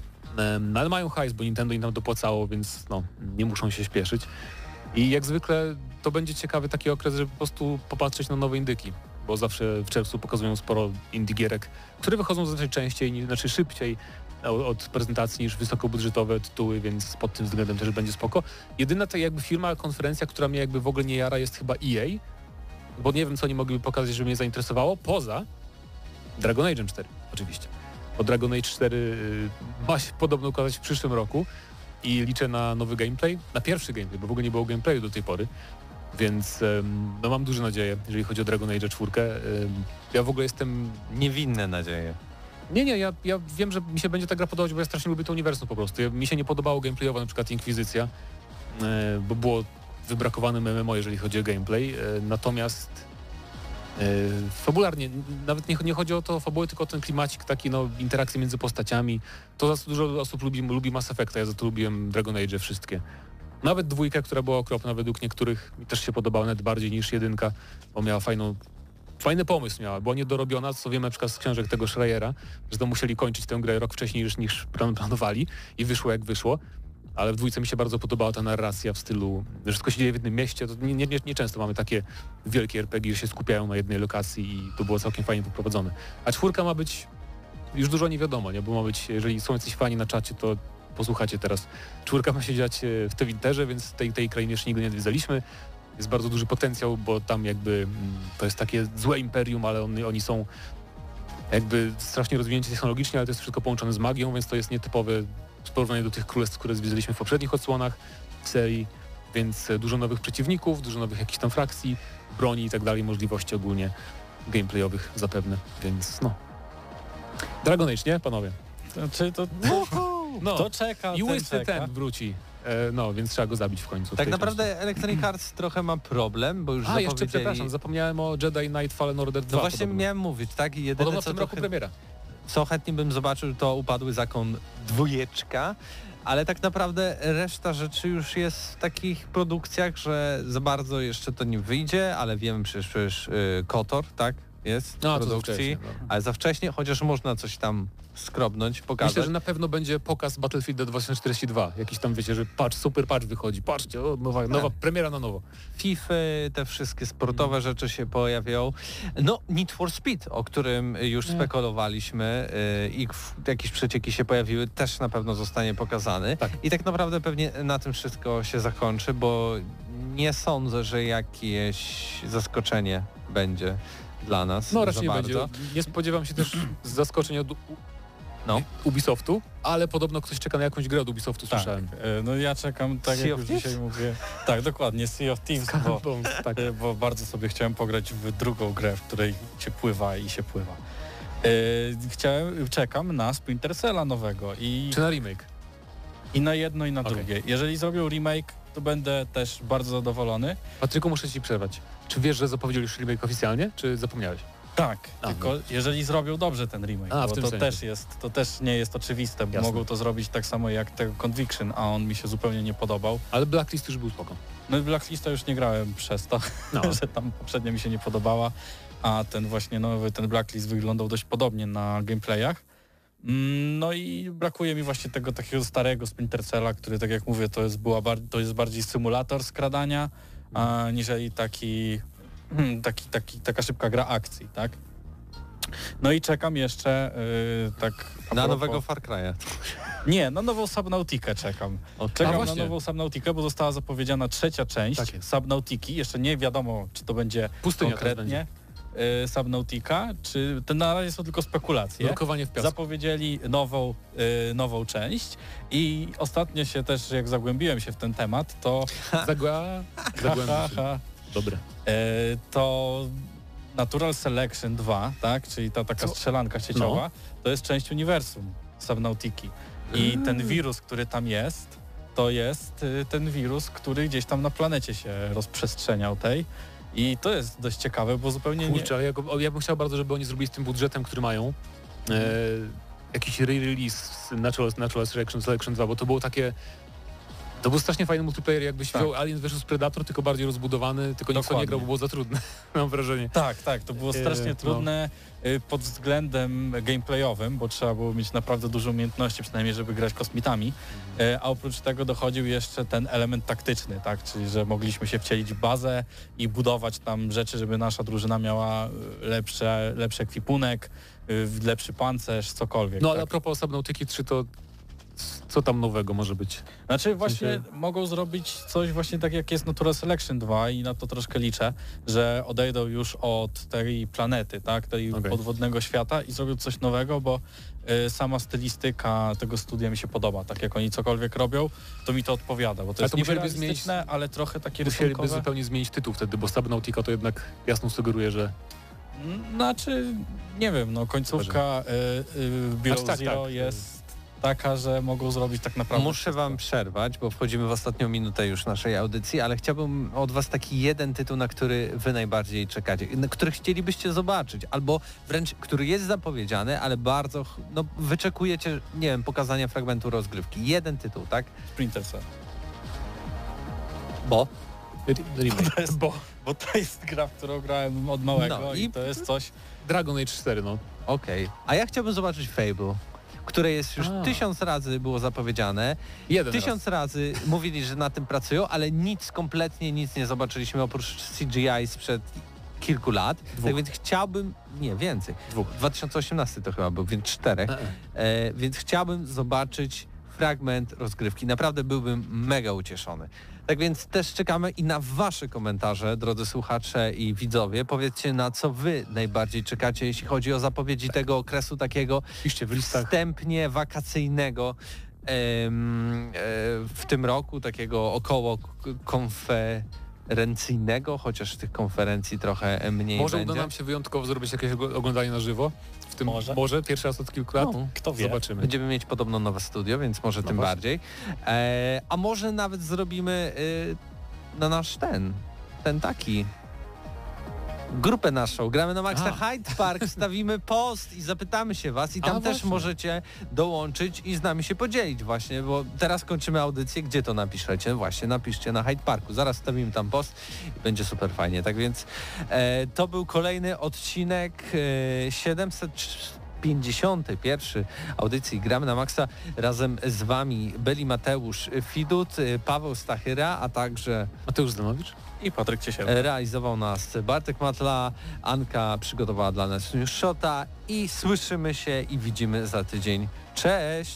No, ale mają hajs, bo Nintendo im tam dopłacało, więc no, nie muszą się śpieszyć. I jak zwykle to będzie ciekawy taki okres, żeby po prostu popatrzeć na nowe indyki, bo zawsze w czerwcu pokazują sporo indie gierek, które wychodzą zazwyczaj częściej, znaczy szybciej od prezentacji niż wysokobudżetowe tytuły, więc pod tym względem też będzie spoko. Jedyna ta jakby firma, konferencja, która mnie jakby w ogóle nie jara, jest chyba EA, bo nie wiem, co oni mogliby pokazać, żeby mnie zainteresowało, poza Dragon Age 4 oczywiście. Bo Dragon Age 4 ma się podobno ukazać w przyszłym roku i liczę na nowy gameplay, na pierwszy gameplay, bo w ogóle nie było gameplayu do tej pory, więc no mam duże nadzieje, jeżeli chodzi o Dragon Age 4. Ja w ogóle jestem... Niewinne nadzieje. Nie, ja wiem, że mi się będzie ta gra podobać, bo ja strasznie lubię to uniwersum po prostu. Mi się nie podobało gameplayowo na przykład Inkwizycja, bo było wybrakowane MMO, jeżeli chodzi o gameplay, natomiast fabularnie, nawet nie chodzi o to fabułę, tylko o ten klimacik, taki interakcje między postaciami. To dużo osób lubi Mass Effecta, ja za to lubiłem Dragon Age wszystkie. Nawet dwójka, która była okropna według niektórych, mi też się podobała nawet bardziej niż jedynka, bo miała fajny pomysł miała, była niedorobiona, co wiemy na przykład z książek tego Schreiera, że to musieli kończyć tę grę rok wcześniej niż planowali i wyszło jak wyszło. Ale w dwójce mi się bardzo podobała ta narracja w stylu, że wszystko się dzieje w jednym mieście. To nie często mamy takie wielkie RPG, że się skupiają na jednej lokacji i to było całkiem fajnie poprowadzone. A czwórka ma być, już dużo nie wiadomo, nie? Bo ma być, jeżeli są jacyś fani na czacie, to posłuchacie teraz. Czwórka ma się dziać w Tewinterze, więc tej krainy jeszcze nigdy nie odwiedzaliśmy. jest bardzo duży potencjał, bo tam jakby to jest takie złe imperium, ale oni są jakby strasznie rozwinięci technologicznie, ale to jest wszystko połączone z magią, więc to jest nietypowe w porównaniu do tych królestw, które zwiedziliśmy w poprzednich odsłonach serii, więc dużo nowych przeciwników, dużo nowych jakichś tam frakcji, broni i tak dalej, możliwości ogólnie gameplayowych zapewne, więc no. Dragon Age, nie, panowie? Znaczy to No. to czeka, I ten łysy czeka. ten wróci. No, więc trzeba go zabić w końcu. w Tak tej naprawdę Electronic Arts trochę ma problem, bo już części. Jeszcze zapowiedzieli... przepraszam, zapomniałem o Jedi Knight Fallen Order 2. No właśnie podobno. miałem mówić, tak? I jedyne Podobno w co tym roku trochę... premiera. co chętnie bym zobaczył, to Upadły Zakon 2, ale tak naprawdę reszta rzeczy już jest w takich produkcjach, że za bardzo jeszcze to nie wyjdzie, ale wiemy przecież KOTOR, tak? Jest w No, to za produkcji, wcześnie, no. ale za wcześnie, chociaż można coś tam skrobnąć, pokazać. Myślę, że na pewno będzie pokaz Battlefield 2042. Jakiś tam, wiecie, że super patch wychodzi. Patrzcie, nowa premiera na nowo. FIFA, te wszystkie sportowe rzeczy się pojawią. No, Need for Speed, o którym już spekulowaliśmy i jakieś przecieki się pojawiły, też na pewno zostanie pokazany. Tak. I tak naprawdę pewnie na tym wszystko się zakończy, bo nie sądzę, że jakieś zaskoczenie będzie dla nas. No za raczej nie bardzo. będzie. Nie spodziewam się też zaskoczeń od No. Ubisoftu, ale podobno ktoś czeka na jakąś grę od Ubisoftu, Tak, słyszałem. no ja czekam, tak Sea jak of już Thieves? dzisiaj mówię. Tak, dokładnie, Sea of Thieves, Tak. bo bardzo sobie chciałem pograć w drugą grę, w której się pływa i się pływa. Czekam na Splinter Cella nowego Czy na remake? i na jedno i na Okej. drugie. Jeżeli zrobią remake, to będę też bardzo zadowolony. Patryku, muszę ci przerwać. Czy wiesz, że zapowiedzieli już remake oficjalnie, czy zapomniałeś? Tak, A, tylko jeżeli zrobią dobrze ten remake, A, w bo tym to sensie. to też nie jest oczywiste, bo Jasne. mogą to zrobić tak samo jak tego Conviction, a on mi się zupełnie nie podobał. Ale Blacklist już był spoko. No i Blacklista już nie grałem przez to, No. że tam poprzednio mi się nie podobała, a ten właśnie nowy, ten Blacklist wyglądał dość podobnie na gameplayach. No i brakuje mi właśnie tego takiego starego Splinter Cella, który, tak jak mówię, to jest bardziej symulator skradania, aniżeli taka szybka gra akcji, tak? No i czekam jeszcze tak a Na propos- nowego Far Cry'a. Nie, na nową Subnautikę czekam. Okay. Czekam A na właśnie. nową Subnautikę, bo została zapowiedziana trzecia część Tak jest. Subnautiki. Jeszcze nie wiadomo, czy to będzie Pustynia teraz konkretnie Subnautica, czy to na razie są tylko spekulacje. Nurkowanie w piasku. Zapowiedzieli nową część i ostatnio się też, jak zagłębiłem się w ten temat, to Zagłębił się. Dobre. to Natural Selection 2, tak, czyli ta taka strzelanka sieciowa, to jest część uniwersum Subnautiki. I ten wirus, który tam jest, to jest ten wirus, który gdzieś tam na planecie się rozprzestrzeniał tej. I to jest dość ciekawe, bo zupełnie Kurczę, ale ja bym chciał bardzo, żeby oni zrobili z tym budżetem, który mają, jakiś re-release Natural Selection 2, bo to było takie... To był strasznie fajny multiplayer, jakbyś Tak. wziął Alien vs Predator, tylko bardziej rozbudowany, tylko nikt w to nie Dokładnie. grał, bo było za trudne, mam wrażenie. Tak, to było strasznie trudne pod względem gameplayowym, bo trzeba było mieć naprawdę dużo umiejętności, przynajmniej żeby grać kosmitami, a oprócz tego dochodził jeszcze ten element taktyczny, tak, czyli że mogliśmy się wcielić w bazę i budować tam rzeczy, żeby nasza drużyna miała lepszy ekwipunek, lepszy pancerz, cokolwiek. No ale a tak. propos Subnautiki 3, to co tam nowego może być? Znaczy właśnie sensie- mogą zrobić coś właśnie tak jak jest Natural Selection 2 i na to troszkę liczę, że odejdą już od tej planety, tak, tej Okej. podwodnego świata i zrobią coś nowego, bo sama stylistyka tego studia mi się podoba. Tak jak oni cokolwiek robią, to mi to odpowiada, bo to Ale jest to niby musieliby realistyczne, ale trochę takie Musieliby rysunkowe. zupełnie zmienić tytuł wtedy, bo Subnautica to jednak jasno sugeruje, że... Znaczy, nie wiem, no końcówka Below tak, Zero tak. jest taka, że mogą zrobić tak naprawdę Muszę wszystko. wam przerwać, bo wchodzimy w ostatnią minutę już naszej audycji, ale chciałbym od was taki jeden tytuł, na który wy najbardziej czekacie, na który chcielibyście zobaczyć, albo wręcz, który jest zapowiedziany, ale bardzo, wyczekujecie, nie wiem, pokazania fragmentu rozgrywki. Jeden tytuł, tak? Splinter Cell. Bo? Remake. To jest, bo to jest gra, w którą grałem od małego No i i- to jest coś... Dragon Age 4, no. Okej. A ja chciałbym zobaczyć Fable, które jest już A. 1000 razy było zapowiedziane. Jeden 1000 razy mówili, że na tym pracują, ale kompletnie nic nie zobaczyliśmy oprócz CGI sprzed kilku lat. Tak więc chciałbym, nie więcej, 2018 to chyba był, więc 4. Więc chciałbym zobaczyć fragment rozgrywki. Naprawdę byłbym mega ucieszony. Tak więc też czekamy i na wasze komentarze, drodzy słuchacze i widzowie. Powiedzcie, na co wy najbardziej czekacie, jeśli chodzi o zapowiedzi tego okresu takiego Piszcie w listach. wstępnie wakacyjnego w tym roku, takiego około konferencyjnego, chociaż tych konferencji trochę mniej Może będzie. uda nam się wyjątkowo zrobić jakieś oglądanie na żywo. W tym Może. Pierwszy raz od kilku lat. No, kto wie. Zobaczymy. Będziemy mieć podobno nowe studio, więc może tym właśnie. bardziej. A może nawet zrobimy na nasz ten taki grupę naszą. Gramy na Maxa Hyde Park, wstawimy post i zapytamy się was i tam też właśnie. możecie dołączyć i z nami się podzielić właśnie, bo teraz kończymy audycję. Gdzie to napiszecie? Właśnie napiszcie na Hyde Parku. Zaraz wstawimy tam post i będzie super fajnie. Tak więc to był kolejny odcinek 751 audycji Gramy na Maxa. Razem z wami byli Mateusz Fidut, Paweł Stachyra, a także Mateusz Zdanowicz. I Patryk Ciesieł. realizował nas Bartek Matla, Anka przygotowała dla nas News Shota i słyszymy się i widzimy za tydzień. Cześć!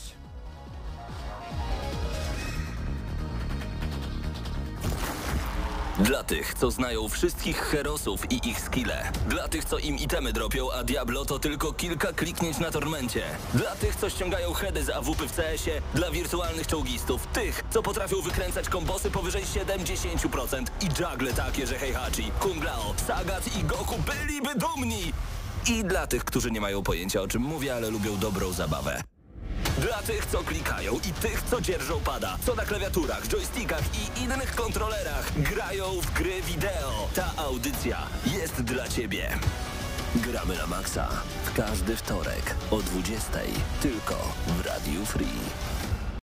Dla tych, co znają wszystkich herosów i ich skille. Dla tych, co im itemy dropią, a Diablo to tylko kilka kliknięć na tormencie. Dla tych, co ściągają heady z AWP w CS-ie. Dla wirtualnych czołgistów. Tych, co potrafią wykręcać kombosy powyżej 70% i juggle takie, że Heihachi, Kung Lao, Sagat i Goku byliby dumni. I dla tych, którzy nie mają pojęcia, o czym mówię, ale lubią dobrą zabawę. Dla tych, co klikają i tych, co dzierżą pada, co na klawiaturach, joystickach i innych kontrolerach grają w gry wideo. Ta audycja jest dla ciebie. Gramy na Maxa w każdy wtorek o 20:00 tylko w Radiu Free.